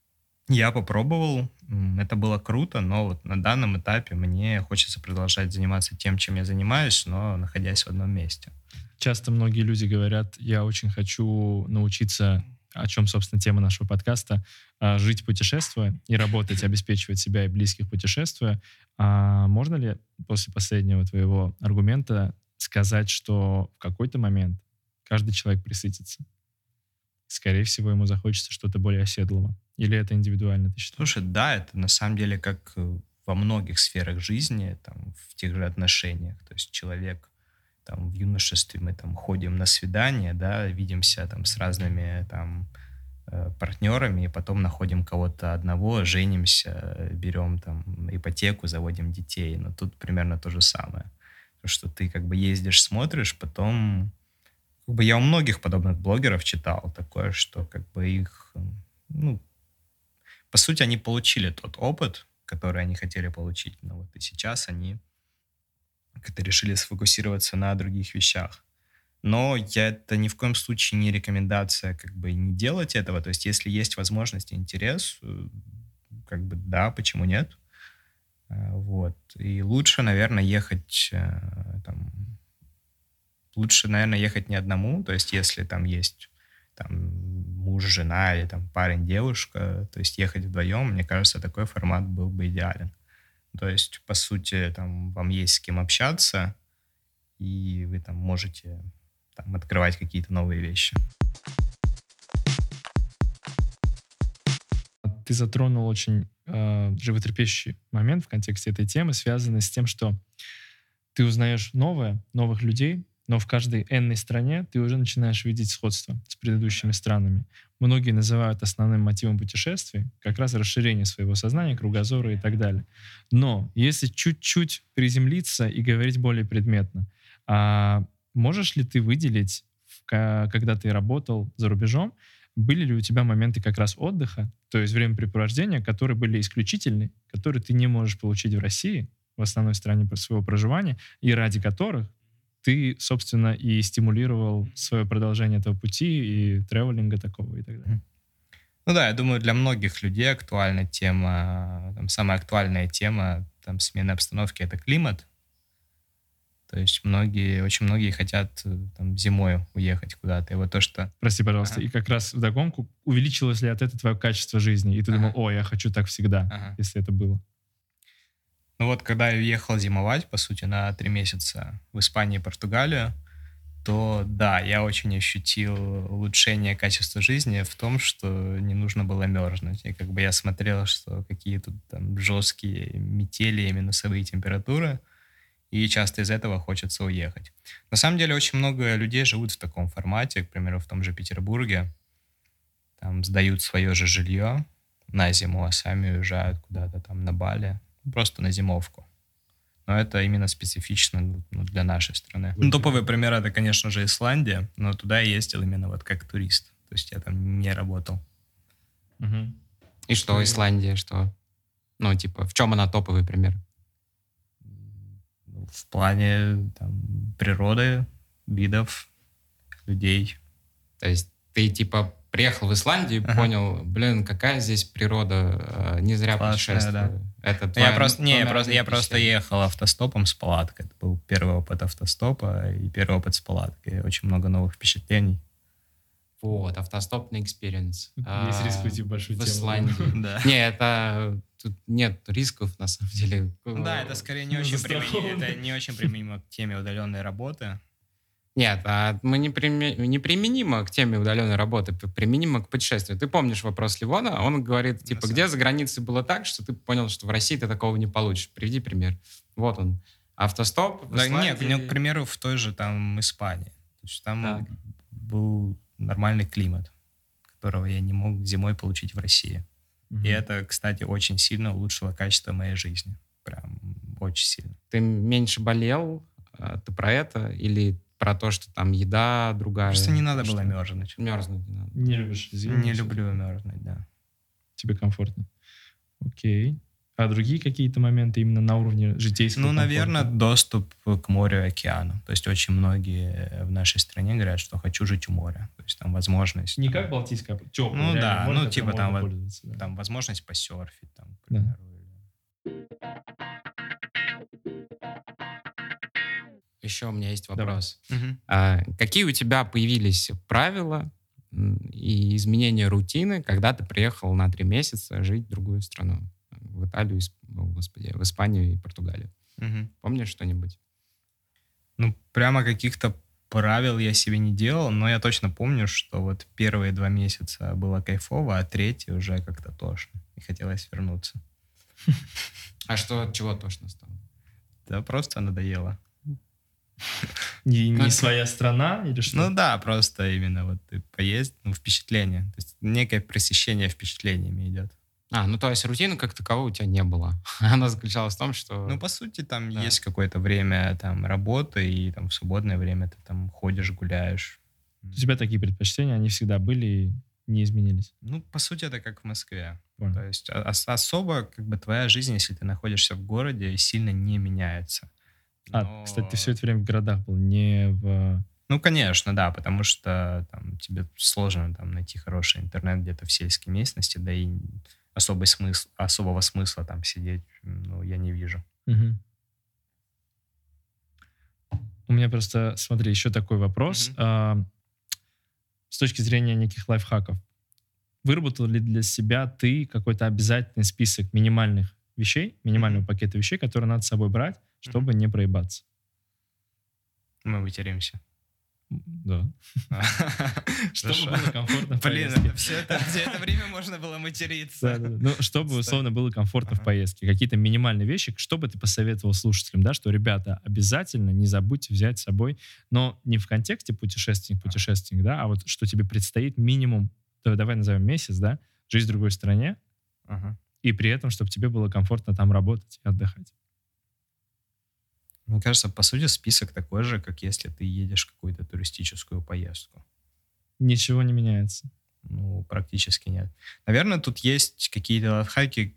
я попробовал, это было круто, но вот на данном этапе мне хочется продолжать заниматься тем, чем я занимаюсь, но находясь в одном месте. Часто многие люди говорят, я очень хочу научиться, о чем, собственно, тема нашего подкаста, жить путешествуя и работать, обеспечивать себя и близких путешествуя. А можно ли после последнего твоего аргумента сказать, что в какой-то момент каждый человек пресытится? Скорее всего, ему захочется что-то более оседлого. Или это индивидуально, ты считаешь? Слушай, да, это на самом деле как во многих сферах жизни, там, в тех же отношениях. То есть человек там, в юношестве, мы там ходим на свидания, да, видимся там с разными там партнерами, и потом находим кого-то одного, женимся, берем там ипотеку, заводим детей. Но тут примерно то же самое. То, что ты как бы ездишь, смотришь, потом... Как бы я у многих подобных блогеров читал такое, что как бы их... по сути, они получили тот опыт, который они хотели получить. Но вот и сейчас они как-то решили сфокусироваться на других вещах. Но это ни в коем случае не рекомендация как бы не делать этого. То есть если есть возможность и интерес, как бы да, почему нет? Вот. И лучше, наверное, ехать ехать не одному. То есть если там есть муж, жена или там парень, девушка, то есть ехать вдвоем, мне кажется, такой формат был бы идеален. То есть, по сути, там вам есть с кем общаться, и вы там можете там открывать какие-то новые вещи. Ты затронул очень животрепещущий момент в контексте этой темы, связанный с тем, что ты узнаешь новых людей, но в каждой энной стране ты уже начинаешь видеть сходство с предыдущими странами. Многие называют основным мотивом путешествий как раз расширение своего сознания, кругозора и так далее. Но если чуть-чуть приземлиться и говорить более предметно, можешь ли ты выделить, когда ты работал за рубежом, были ли у тебя моменты как раз отдыха, то есть времяпрепровождения, которые были исключительны, которые ты не можешь получить в России, в основной стране своего проживания, и ради которых ты, собственно, и стимулировал свое продолжение этого пути и тревелинга такого и так далее. Ну да, я думаю, для многих людей актуальна тема, там, самая актуальная тема там, смены обстановки — это климат. То есть очень многие хотят там, зимой уехать куда-то. И вот то, что... Прости, пожалуйста, и как раз вдогонку, увеличилось ли от этого твое качество жизни? И ты думал, я хочу так всегда, если это было. Ну вот, когда я уехал зимовать, по сути, на 3 месяца в Испанию и Португалию, то да, я очень ощутил улучшение качества жизни в том, что не нужно было мерзнуть. И как бы я смотрел, что какие тут там жесткие метели и минусовые температуры, и часто из этого хочется уехать. На самом деле очень много людей живут в таком формате, к примеру, в том же Петербурге, там сдают свое же жилье на зиму, а сами уезжают куда-то там на Бали, просто на зимовку. Но это именно специфично для нашей страны. Топовый пример — это, конечно же, Исландия, но туда я ездил именно вот как турист. То есть я там не работал. И что Исландия, что? Ну, типа, в чем она топовый пример? В плане там, природы, видов, людей. То есть ты, типа, приехал в Исландию и понял, блин, какая здесь природа, не зря путешествую. Да. Это я просто ехал автостопом с палаткой. Это был первый опыт автостопа и первый опыт с палаткой. Очень много новых впечатлений. Вот, автостопный экспириенс. Есть риск уйти в большую тему. В Исландии. Да. Не, это... Тут нет рисков, на самом деле. Да, это скорее не очень применимо к теме удаленной работы. Нет, мы не применимо к теме удаленной работы, применимо к путешествию. Ты помнишь вопрос Ливона? Он говорит, типа, где за границей было так, что ты понял, что в России ты такого не получишь? Приведи пример. Вот он. Автостоп в Исландии. Нет, к примеру, в той же там Испании. То есть там был нормальный климат, которого я не мог зимой получить в России. И это, кстати, очень сильно улучшило качество моей жизни. Прям очень сильно. Ты меньше болел? Ты про это? Или про то, что там еда другая? Просто не надо было мерзнуть. Мерзнуть не надо. Не любишь зиму? Не люблю мерзнуть, да. Тебе комфортно. Окей. А другие какие-то моменты именно на уровне житейского комфорта? Наверное, доступ к морю и океану. То есть очень многие в нашей стране говорят, что хочу жить у моря. То есть там возможность... Не как Балтийское, теплое. Да, море, типа там возможность посерфить, там, к примеру. Еще у меня есть вопрос. Какие у тебя появились правила и изменения рутины, когда ты приехал на 3 месяца жить в другую страну? В Италию, в Испанию и Португалию. Помнишь что-нибудь? Прямо каких-то правил я себе не делал, но я точно помню, что вот первые 2 месяца было кайфово, а 3 уже как-то тошно. И хотелось вернуться. А что, от чего тошно стало? Да просто надоело. Не своя страна или что? Да, просто именно вот ты поездил, впечатление. То есть некое пресыщение впечатлениями идет. То есть рутины как таковой у тебя не было. Она заключалась в том, что... по сути, там есть какое-то время там работы, и там в свободное время ты там ходишь, гуляешь. У тебя такие предпочтения, они всегда были и не изменились? По сути, это как в Москве. Понял. То есть особо как бы твоя жизнь, если ты находишься в городе, сильно не меняется. Кстати, ты все это время в городах был, не в... Конечно, да, потому что там тебе сложно там найти хороший интернет где-то в сельской местности, да и особого смысла там сидеть, я не вижу. У меня просто, смотри, еще такой вопрос. С точки зрения неких лайфхаков. Выработал ли для себя ты какой-то обязательный список минимальных вещей, минимального пакета вещей, которые надо с собой брать, чтобы не проебаться? Мы вытеримся. Да. Чтобы было комфортно в поездке. Блин, все это время можно было материться. Чтобы условно было комфортно в поездке. Какие-то минимальные вещи, что бы ты посоветовал слушателям, да, что, ребята, обязательно не забудьте взять с собой, но не в контексте путешественник, да, а вот что тебе предстоит минимум, давай назовем месяц, да, жить в другой стране, и при этом, чтобы тебе было комфортно там работать и отдыхать. Мне кажется, по сути, список такой же, как если ты едешь в какую-то туристическую поездку. Ничего не меняется? Практически нет. Наверное, тут есть какие-то лайфхаки,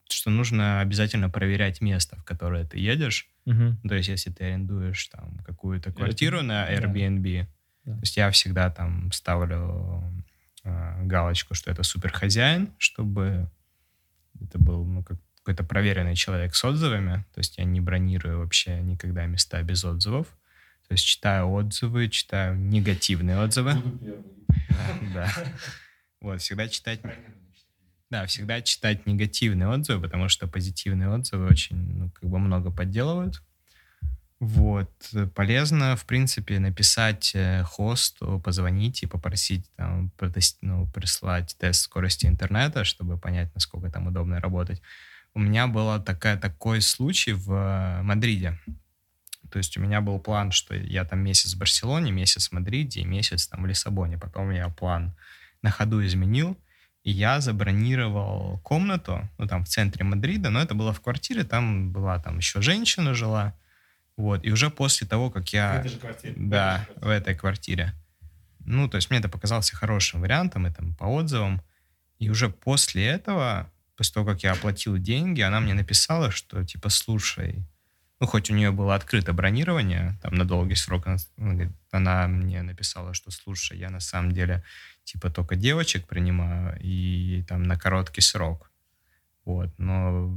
что нужно обязательно проверять место, в которое ты едешь. То есть, если ты арендуешь там какую-то квартиру на Airbnb, то есть я всегда там ставлю галочку, что это суперхозяин, чтобы это был какой-то проверенный человек с отзывами. То есть я не бронирую вообще никогда места без отзывов. То есть читаю отзывы, читаю негативные отзывы. Буду первый. Да. Вот, всегда читать... Да, всегда читать негативные отзывы, потому что позитивные отзывы очень, много подделывают. Вот. Полезно, в принципе, написать хосту, позвонить и попросить там, прислать тест скорости интернета, чтобы понять, насколько там удобно работать. У меня был такой случай в Мадриде. То есть у меня был план, что я там месяц в Барселоне, месяц в Мадриде и месяц там в Лиссабоне. Потом я план на ходу изменил, и я забронировал комнату, там в центре Мадрида, но это было в квартире, там была там еще женщина жила. Вот, и уже после того, как я... В этой же квартире? Да, в этой квартире. То есть мне это показалось хорошим вариантом, и там по отзывам. И уже после этого, после того, как я оплатил деньги, она мне написала, что, типа, слушай, хоть у нее было открыто бронирование, там, на долгий срок, она мне написала, что, слушай, я на самом деле, типа, только девочек принимаю, и там на короткий срок. Вот, но,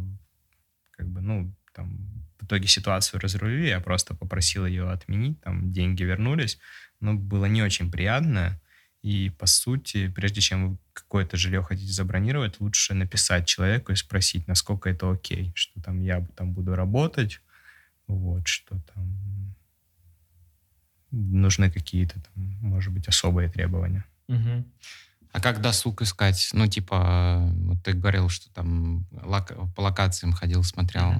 там, в итоге ситуацию разрулили, я просто попросил ее отменить, там деньги вернулись, но было не очень приятно, и по сути, прежде чем вы какое-то жилье хотите забронировать, лучше написать человеку и спросить, насколько это окей, что там я там буду работать, вот, что там нужны какие-то там, может быть, особые требования. А как досуг искать? Вот ты говорил, что там по локациям ходил, смотрел.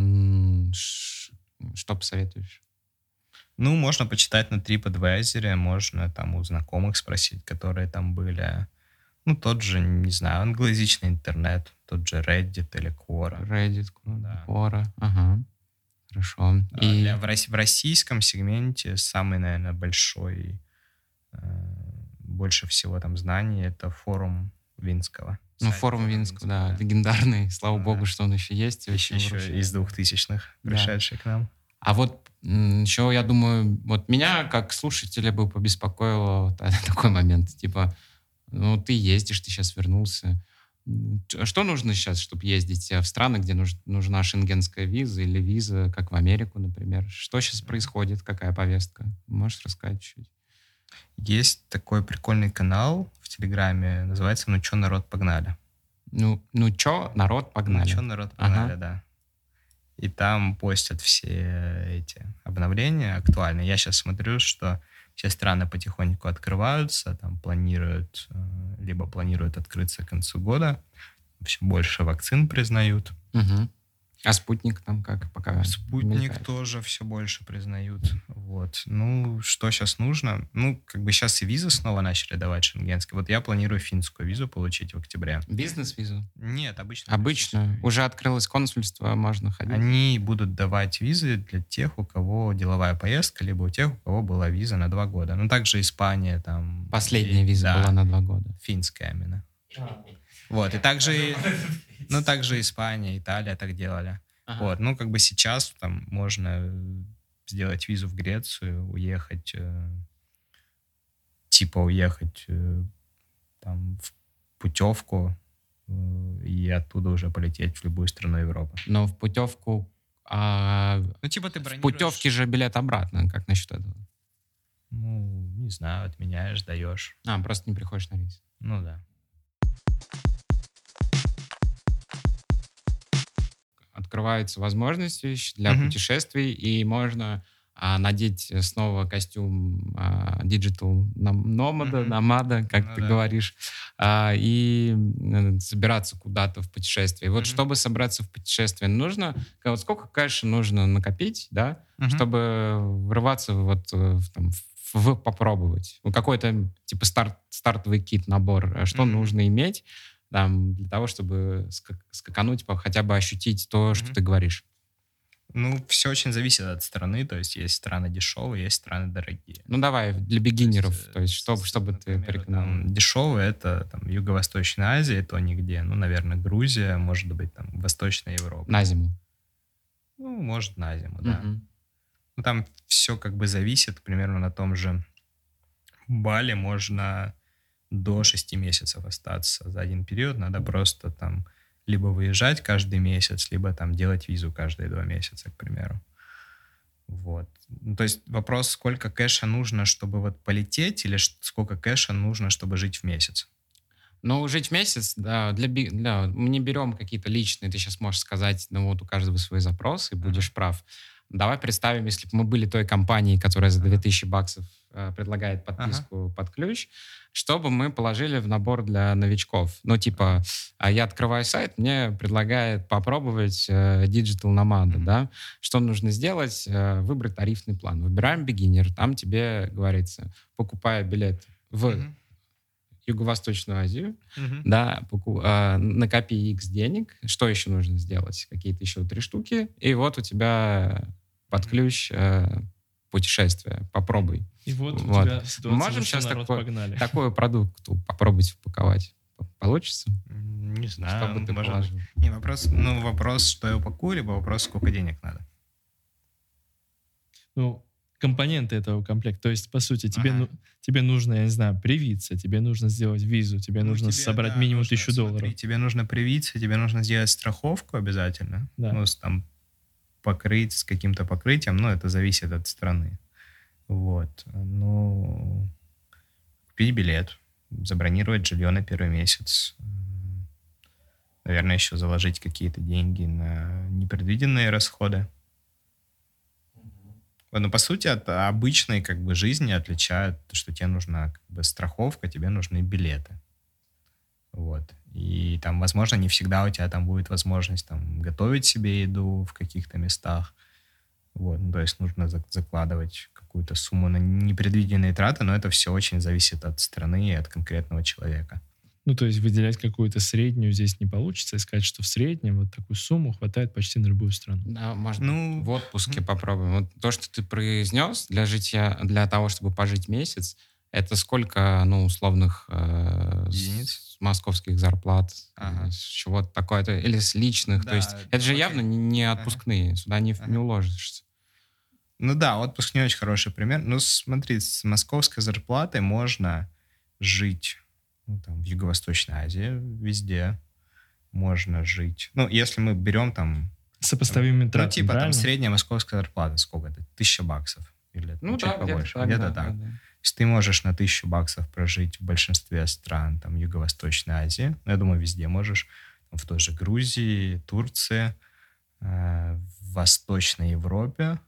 Что посоветуешь? Можно почитать на TripAdvisor, можно там у знакомых спросить, которые там были. Тот же, не знаю, англоязычный интернет, тот же Reddit или Quora. Reddit, Да. Quora, ага. Хорошо. В российском сегменте самый, наверное, большой, больше всего там знаний, это форум Винского. Форум Винского, да, легендарный. Слава богу, что он еще есть. Еще из 2000-х, пришедший к нам. А вот еще, я думаю, вот меня как слушателя бы побеспокоило такой момент. Типа, ты ездишь, ты сейчас вернулся. Что нужно сейчас, чтобы ездить в страны, где нужна шенгенская виза или виза, как в Америку, например? Что сейчас происходит? Какая повестка? Можешь рассказать чуть-чуть? Есть такой прикольный канал в Телеграме, называется «Ну чё, народ, погнали». Чё, народ, погнали. «Ну чё, народ, погнали», да. И там постят все эти обновления актуальные. Я сейчас смотрю, что все страны потихоньку открываются, там планируют открыться к концу года. Все больше вакцин признают. Угу. А спутник там как пока? Спутник тоже все больше признают. Вот. Что сейчас нужно? Сейчас и визы снова начали давать шенгенские. Вот я планирую финскую визу получить в октябре. Бизнес-визу? Нет, обычно. Обычно. Уже открылось консульство, можно ходить. Они будут давать визы для тех, у кого деловая поездка, либо у тех, у кого была виза на 2 года. Также Испания там... Последняя виза была на 2 года. Финская именно. Вот, и также Испания, Италия так делали. Ага. Вот, сейчас там можно сделать визу в Грецию, уехать там в путевку и оттуда уже полететь в любую страну Европы. Но в путевку... ты бронируешь... В путевке же билет обратно, как насчет этого? Не знаю, отменяешь, даешь. Просто не приходишь на рейс. Да. Открываются возможности для путешествий, и можно надеть снова костюм digital номада, как ты говоришь, и собираться куда-то в путешествие. Вот чтобы собраться в путешествие, нужно... Вот сколько кэша нужно накопить, да, чтобы врываться в попробовать? Какой-то типа стартовый кит, набор, что нужно иметь, для того, чтобы скакануть, хотя бы ощутить то, что ты говоришь? Ну, все очень зависит от страны, то есть страны дешевые, есть страны дорогие. Ну, давай, для бигинеров, то есть чтобы ты Например, порекомендовал. там дешевые это там Юго-Восточная Азия, то нигде. Ну, наверное, Грузия, может быть, там Восточная Европа. На зиму. Ну, может, на зиму, да. Мгм. Ну, там все как бы зависит, примерно на том же Бали можно до 6 месяцев остаться за один период. Надо просто там либо выезжать каждый месяц, либо там делать визу каждые 2 месяца, к примеру. Вот. Ну, то есть вопрос, сколько кэша нужно, чтобы вот полететь, или сколько кэша нужно, чтобы жить в месяц? Ну, жить в месяц, да, мы не берем какие-то личные, ты сейчас можешь сказать, ну вот у каждого свой запрос, и будешь прав. Давай представим, если бы мы были той компанией, которая за 2000 баксов предлагает подписку под ключ, чтобы мы положили в набор для новичков. Ну, типа, я открываю сайт, мне предлагает попробовать Digital Nomad, да? Что нужно сделать? Выбрать тарифный план. Выбираем beginner, там тебе говорится, покупая билет в Юго-Восточную Азию, да, накопи X денег, что еще нужно сделать? Какие-то еще 3 штуки, и вот у тебя под ключ путешествие. Попробуй. И вот у Вот. тебя ситуация, Можем что сейчас народ погнали. такой продукт попробовать упаковать? Получится? Не знаю. Чтобы ты может положил. быть. Не, вопрос, что я упакую, либо вопрос, сколько денег надо. Ну, компоненты этого комплекта. То есть, по сути, тебе, Ага. тебе нужно, я не знаю, привиться, тебе нужно сделать визу, тебе Ну, нужно тебе, собрать да, минимум нужно, $1000. смотри, тебе нужно привиться, тебе нужно сделать страховку обязательно. Да. Ну, там покрыть с каким-то покрытием, но это зависит от страны. Вот. Ну, купить билет, забронировать жилье на первый месяц. Наверное, еще заложить какие-то деньги на непредвиденные расходы. Вот, но по сути от обычной как бы жизни отличает, что тебе нужна как бы страховка, тебе нужны билеты. Вот. И там, возможно, не всегда у тебя там будет возможность там готовить себе еду в каких-то местах. Вот. Ну, то есть нужно закладывать какую-то сумму на непредвиденные траты, но это все очень зависит от страны и от конкретного человека. Ну, то есть выделять какую-то среднюю здесь не получится, и сказать, что в среднем вот такую сумму хватает почти на любую страну. Да, можно Ну, в отпуске попробуем. Вот то, что ты произнес для житья, для того, чтобы пожить месяц, это сколько, ну, условных Единиц? московских зарплат, Ага. с чего-то такое, или с личных. То Да, есть это же окей. явно не отпускные, сюда не Ага. уложишься. Ну да, отпуск не очень хороший пример. Ну смотри, с московской зарплатой можно жить там, в Юго-Восточной Азии, везде можно жить. Ну, если мы берем там... Сопоставимыми Ну, тратами, типа там правильно? средняя московская зарплата, сколько это? 1000 баксов. Или Ну чуть да, побольше. где-то Где-то да, так. да. Если ты можешь на 1000 баксов прожить в большинстве стран там, Юго-Восточной Азии, ну, я думаю, везде можешь, в той же Грузии, Турции, в Восточной Европе,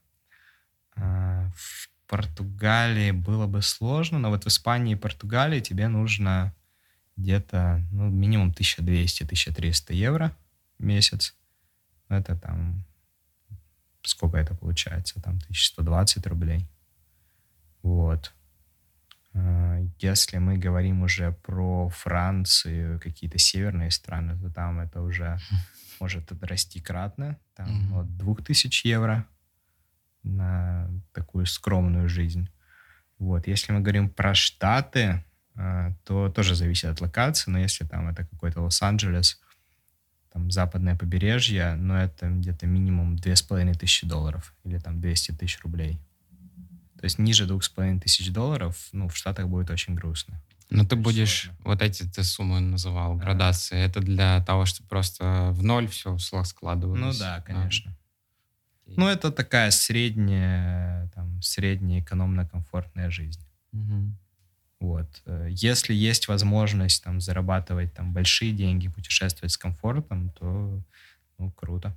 в Португалии было бы сложно, но вот в Испании и Португалии тебе нужно где-то ну, минимум 1200-1300 евро в месяц. Это там... Сколько это получается? Там 1120 рублей. Вот. Если мы говорим уже про Францию, какие-то северные страны, то там это уже может расти кратно. Там от 2000 евро на такую скромную жизнь. Вот. Если мы говорим про Штаты, то тоже зависит от локации, но если там это какой-то Лос-Анджелес, там западное побережье, но это где-то минимум $2500 или там 200 тысяч рублей. То есть ниже $2500, ну, в Штатах будет очень грустно. Но ты будешь, вот эти ты суммы называл, градации, это для того, чтобы просто в ноль все складывалось. Ну да, конечно. Ну, это такая средняя экономно-комфортная жизнь. Мгм. Вот. Если есть возможность там зарабатывать там большие деньги, путешествовать с комфортом, то ну, круто.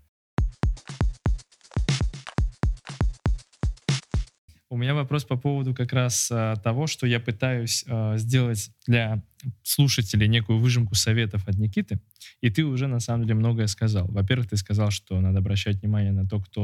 У меня вопрос по поводу как раз того, что я пытаюсь сделать для слушателей некую выжимку советов от Никиты, и ты уже на самом деле многое сказал. Во-первых, ты сказал, что надо обращать внимание на то, кто за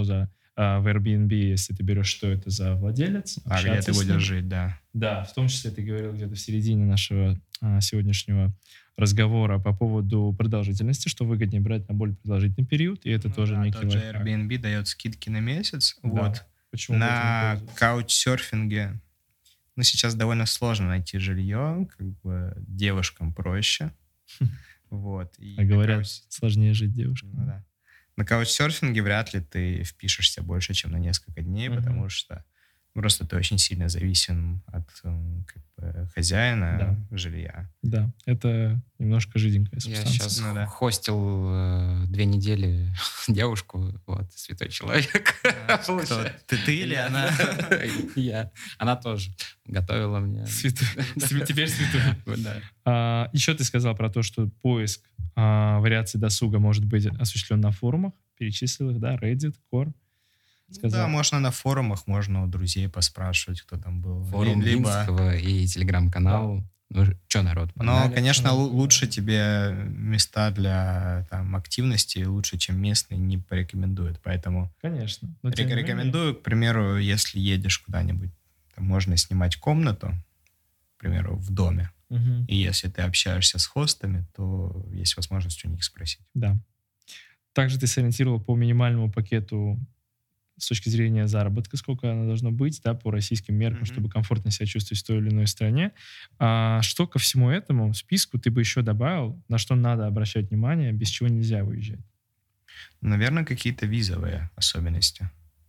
в Airbnb, если ты берешь, что это за владелец. А где ты будешь жить, да. Да, в том числе ты говорил где-то в середине нашего сегодняшнего разговора по поводу продолжительности, что выгоднее брать на более продолжительный период, и это тоже некий тот же лайфхак. Airbnb дает скидки на месяц. Да. Вот. Почему На каучсерфинге сейчас довольно сложно найти жилье, как бы девушкам проще. Вот. И А говорят, сложнее жить девушкам. Ну, да. На каучсерфинге вряд ли ты впишешься больше, чем на несколько дней, потому что просто ты очень сильно зависим от как бы, хозяина жилья. Да, это немножко жиденькая Я субстанция. сейчас хостил 2 недели девушку, вот, святой человек. Ты или она? Я. Она тоже готовила мне. Теперь святой. Еще ты сказал про то, что поиск вариаций досуга может быть осуществлен на форумах. Перечислил их, да, Reddit, Core. Да, можно на форумах, можно у друзей поспрашивать, кто там был. Форум Линского и телеграм-канал. Ну, что, народ, погнали. Но, конечно, лучше тебе места для активности, лучше, чем местные, не порекомендуют. Поэтому конечно. Рекомендую, к примеру, если едешь куда-нибудь, можно снимать комнату, к примеру, в доме. И если ты общаешься с хостами, то есть возможность у них спросить. Да. Также ты сориентировал по минимальному пакету с точки зрения заработка, сколько оно должно быть, да, по российским меркам, чтобы комфортно себя чувствовать в той или иной стране. Что ко всему этому списку ты бы еще добавил, на что надо обращать внимание, без чего нельзя выезжать? Наверное, какие-то визовые особенности.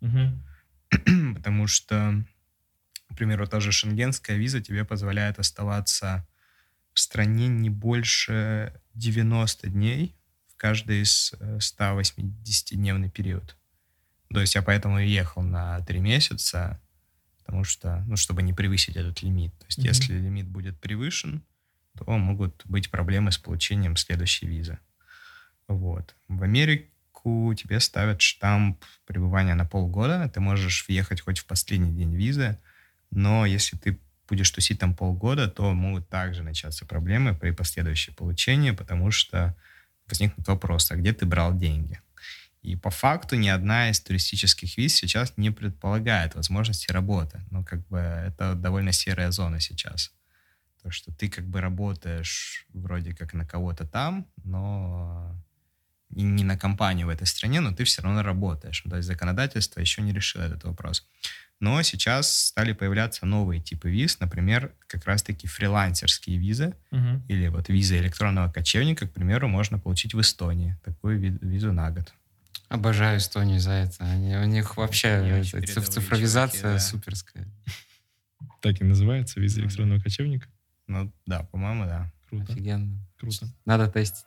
Потому что, к примеру, та же шенгенская виза тебе позволяет оставаться в стране не больше 90 дней в каждый из 180-дневный период. То есть я поэтому и ехал на 3 месяца, потому что, чтобы не превысить этот лимит. То есть если лимит будет превышен, то могут быть проблемы с получением следующей визы. Вот. В Америку тебе ставят штамп пребывания на полгода. Ты можешь въехать хоть в последний день визы, но если ты будешь тусить там полгода, то могут также начаться проблемы при последующем получении, потому что возникнет вопрос, а где ты брал деньги? И по факту ни одна из туристических виз сейчас не предполагает возможности работы. Но как бы это довольно серая зона сейчас. То, что ты как бы работаешь вроде как на кого-то там, но и не на компанию в этой стране, но ты все равно работаешь. То есть законодательство еще не решило этот вопрос. Но сейчас стали появляться новые типы виз, например, как раз-таки фрилансерские визы, или вот виза электронного кочевника, к примеру, можно получить в Эстонии. Такую визу на год. Обожаю Эстонию за это. У них вообще цифровизация суперская. Так и называется, виза электронного кочевника? Ну да, по-моему, да. Круто. Офигенно. Круто. Надо тестить.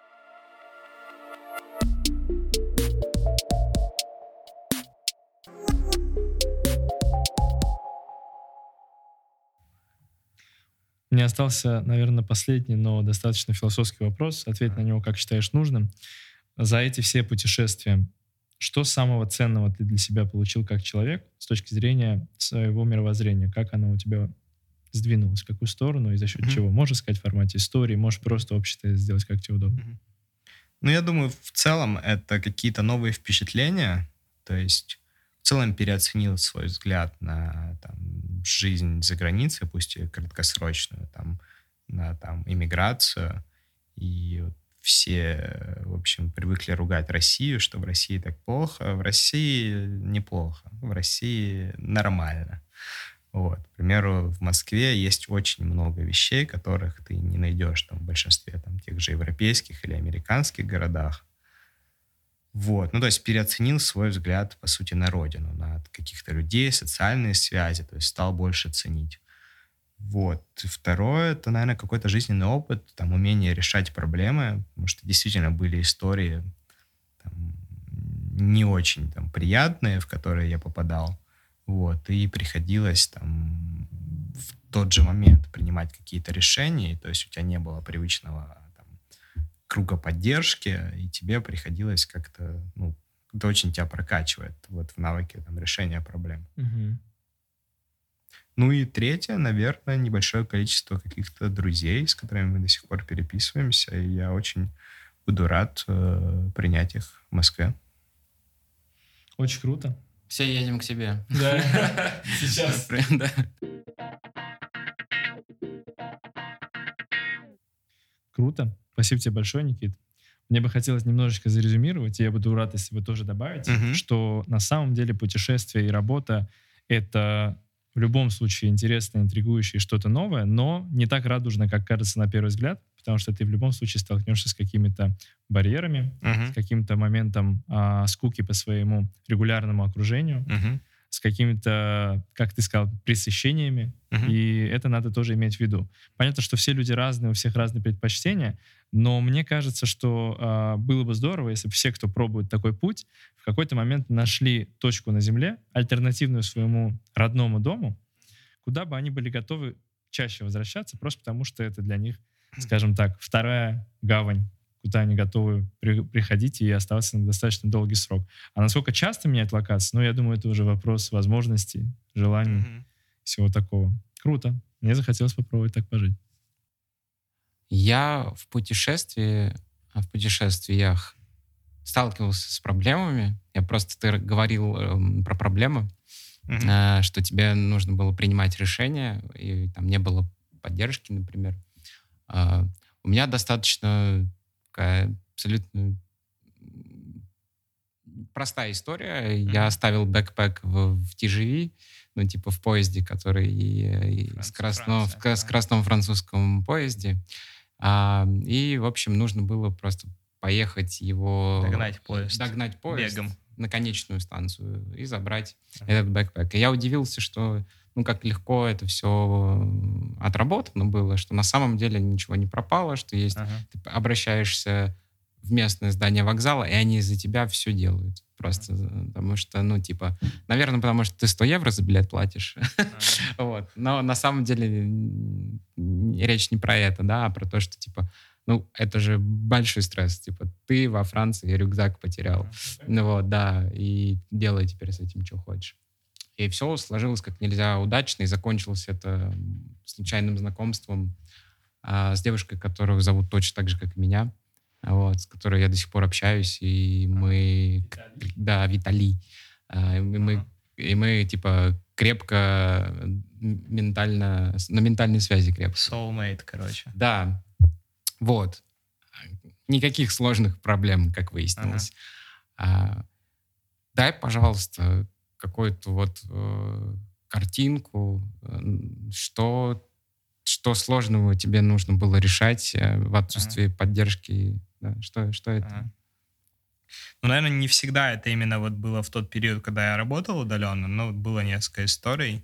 У меня остался, наверное, последний, но достаточно философский вопрос. Ответь на него, как считаешь нужным. За эти все путешествия, что самого ценного ты для себя получил как человек с точки зрения своего мировоззрения? Как оно у тебя сдвинулось? В какую сторону и за счет чего? Можешь сказать в формате истории, можешь просто общее сделать, как тебе удобно. Ну, я думаю, в целом это какие-то новые впечатления. То есть в целом переоценил свой взгляд на жизнь за границей, пусть и краткосрочную, на иммиграцию. И все, в общем, привыкли ругать Россию, что в России так плохо. В России неплохо, в России нормально. Вот. К примеру, в Москве есть очень много вещей, которых ты не найдешь в большинстве тех же европейских или американских городах. Вот. Ну, то есть переоценил свой взгляд, по сути, на родину, на каких-то людей, социальные связи, то есть стал больше ценить. Вот. И второе, это, наверное, какой-то жизненный опыт, умение решать проблемы, потому что действительно были истории не очень приятные, в которые я попадал. Вот. И приходилось в тот же момент принимать какие-то решения, то есть у тебя не было привычного круга поддержки, и тебе приходилось как-то, это очень тебя прокачивает в навыке решения проблем. Ну и третье, наверное, небольшое количество каких-то друзей, с которыми мы до сих пор переписываемся, и я очень буду рад принять их в Москве. Очень круто. Все едем к себе. Да, сейчас. Да. Круто. Спасибо тебе большое, Никит. Мне бы хотелось немножечко зарезюмировать, и я буду рад, если вы тоже добавите, Мгм. что на самом деле путешествие и работа — это в любом случае интересно, интригующе и что-то новое, но не так радужно, как кажется на первый взгляд, потому что ты в любом случае столкнешься с какими-то барьерами, с Мгм. каким-то моментом скуки по своему регулярному окружению, Мгм. с какими-то, как ты сказал, пресыщениями, Мгм. и это надо тоже иметь в виду. Понятно, что все люди разные, у всех разные предпочтения, но мне кажется, что было бы здорово, если бы все, кто пробует такой путь, в какой-то момент нашли точку на земле, альтернативную своему родному дому, куда бы они были готовы чаще возвращаться, просто потому что это для них, скажем так, вторая гавань, куда они готовы приходить и оставаться на достаточно долгий срок. А насколько часто менять локации, ну, я думаю, это уже вопрос возможностей, желаний, Мгм. всего такого. Круто. Мне захотелось попробовать так пожить. Я в путешествиях сталкивался с проблемами. Ты говорил про проблемы, Мгм. что тебе нужно было принимать решения, и там не было поддержки, например. А, У меня достаточно такая абсолютно простая история. Я Мгм. оставил бэкпэк в TGV, ну, типа в поезде, который Франция, с ага. красном французском поезде. И, в общем, нужно было просто поехать догнать поезд Бегом. на конечную станцию и забрать Ага. этот бэкпэк. И я удивился, что, ну, как легко это все отработано было, что на самом деле ничего не пропало, что есть... Ага. Ты обращаешься в местное здание вокзала, и они за тебя все делают. Просто потому что, ну, типа, наверное, потому что ты 100 евро за билет платишь. Ага. Вот. Но на самом деле речь не про это, да, а про то, что, типа, ну, это же большой стресс. Типа, ты во Франции рюкзак потерял. Ну вот, да, и делай теперь с этим, что хочешь. И все сложилось как нельзя удачно, и закончилось это случайным знакомством с девушкой, которую зовут точно так же, как и меня, вот, с которой я до сих пор общаюсь, и мы... Да, Витали. Ага. И мы, типа, крепко ментально... На ментальной связи крепко. Soulmate, короче. Да, вот. Никаких сложных проблем, как выяснилось. Дай, пожалуйста, какую-то вот картинку, что сложного тебе нужно было решать в отсутствии поддержки. Да, что это? Ага. Ну, наверное, не всегда это именно вот было в тот период, когда я работал удаленно, но вот было несколько историй.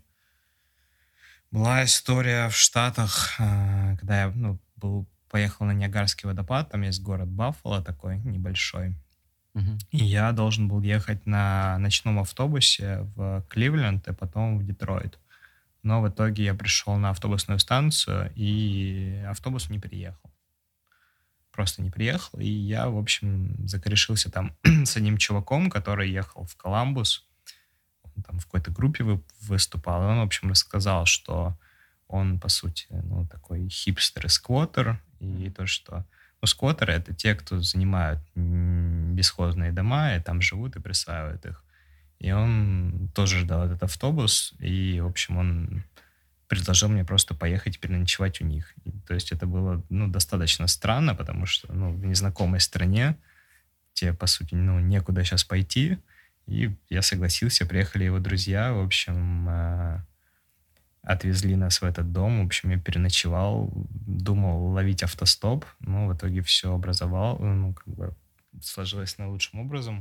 Была история в Штатах, когда я, ну, поехал на Ниагарский водопад, там есть город Баффало такой небольшой, Мгм. и я должен был ехать на ночном автобусе в Кливленд и потом в Детройт. Но в итоге я пришел на автобусную станцию, и автобус не приехал. Просто не приехал, и я, в общем, закорешился там с одним чуваком, который ехал в Коламбус. Он там в какой-то группе выступал, и он, в общем, рассказал, что он, по сути, ну, такой хипстер и сквоттер, и то, что... Ну, сквоттеры — это те, кто занимают бесхозные дома, и там живут и присваивают их. И он тоже ждал этот автобус, и, в общем, он предложил мне просто поехать переночевать у них. И, то есть это было, ну, достаточно странно, потому что, ну, в незнакомой стране тебе, по сути, ну, некуда сейчас пойти. И я согласился, приехали его друзья, в общем, отвезли нас в этот дом, в общем, я переночевал, думал ловить автостоп, но в итоге все образовал, ну, как бы сложилось наилучшим образом.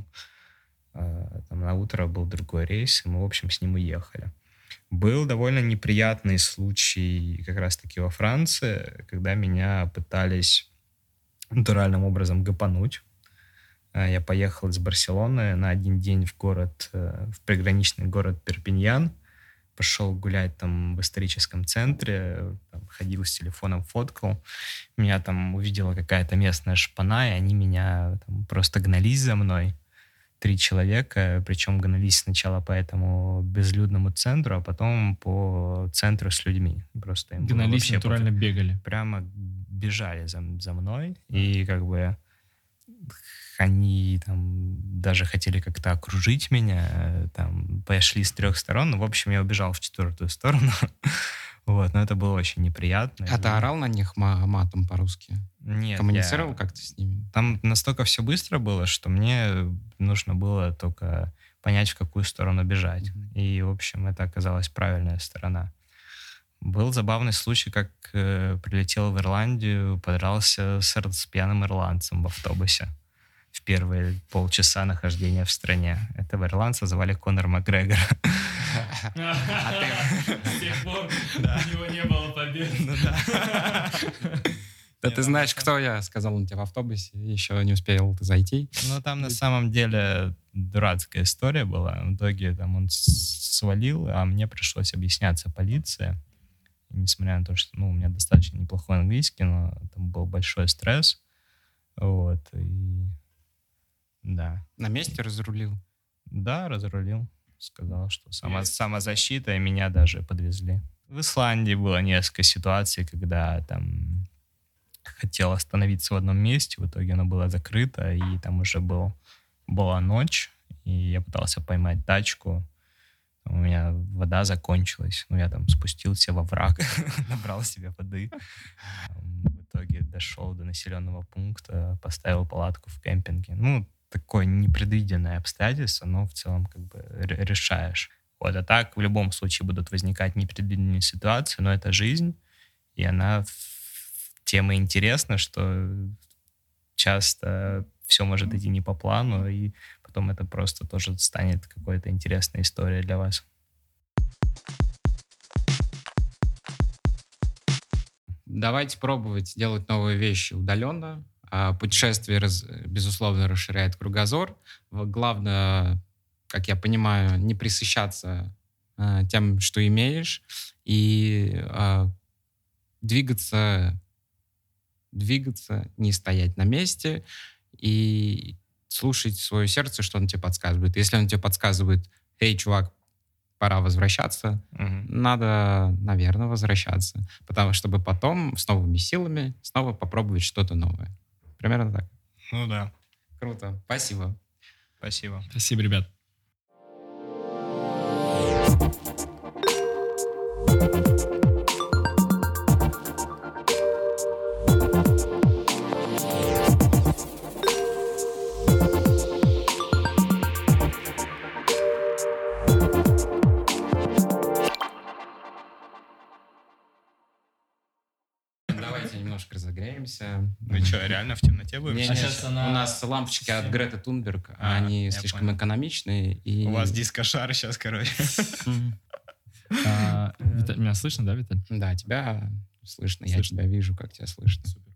Там на утро был другой рейс, и мы, в общем, с ним уехали. Был довольно неприятный случай как раз-таки во Франции, когда меня пытались натуральным образом гапануть. Я поехал из Барселоны на один день в приграничный город Перпиньян, пошел гулять там в историческом центре, там, ходил с телефоном, фоткал. Меня там увидела какая-то местная шпана, и они меня там просто гнались за мной. 3 человека, причем гнались сначала по этому безлюдному центру, а потом по центру с людьми. Просто им было Гнались, вообще натурально бегали. прямо бежали за мной. И как бы они там даже хотели как-то окружить меня, там пошли с 3 сторон. Ну, в общем, я убежал в 4-ю сторону. Вот, но это было очень неприятно. А ты орал на них матом по-русски? Нет, Коммуницировал как-то с ними? там настолько все быстро было, что мне нужно было только понять, в какую сторону бежать. И, в общем, это оказалась правильная сторона. Был забавный случай, как прилетел в Ирландию, подрался с пьяным ирландцем в автобусе в первые полчаса нахождения в стране. Этого ирландца звали Конор Макгрегор. А ты с тех пор у него не было побед. Да ты знаешь, кто я, сказал он тебе в автобусе, еще не успел ты зайти. Ну, там на самом деле дурацкая история была. В итоге там он свалил, а мне пришлось объясняться полиции. И несмотря на то, что у меня достаточно неплохой английский, но там был большой стресс. Вот, и да. На месте разрулил? Да, разрулил. Сказал, что самозащита, и меня даже подвезли. В Исландии было несколько ситуаций, когда там хотел остановиться в одном месте, в итоге оно было закрыто, и там уже была ночь, и я пытался поймать тачку. У меня вода закончилась. Я там спустился во враг, набрал себе воды. В итоге дошел до населенного пункта, поставил палатку в кемпинге. Такое непредвиденное обстоятельство, но в целом как бы решаешь. Вот, а так в любом случае будут возникать непредвиденные ситуации, но это жизнь, и она тем и интересна, что часто все может идти не по плану, и потом это просто тоже станет какой-то интересной историей для вас. Давайте пробовать делать новые вещи удаленно. Путешествие, безусловно, расширяет кругозор. Главное, как я понимаю, не пресыщаться тем, что имеешь, и двигаться, не стоять на месте, и слушать свое сердце, что оно тебе подсказывает. Если оно тебе подсказывает: «Эй, чувак, пора возвращаться», надо, наверное, возвращаться, чтобы потом с новыми силами снова попробовать что-то новое. Примерно так. Ну да. Круто. Спасибо. Спасибо. Спасибо, ребят. Давайте немножко разогреемся. Вы что, реально в темноте будем? Не, сейчас у она- нас лампочки от Греты Тунберг, они я слишком понял. экономичные. И... У вас дискошар сейчас, короче. Меня слышно, да, Виталь? Да, тебя слышно, я Слышно. тебя вижу, как тебя слышно. Супер.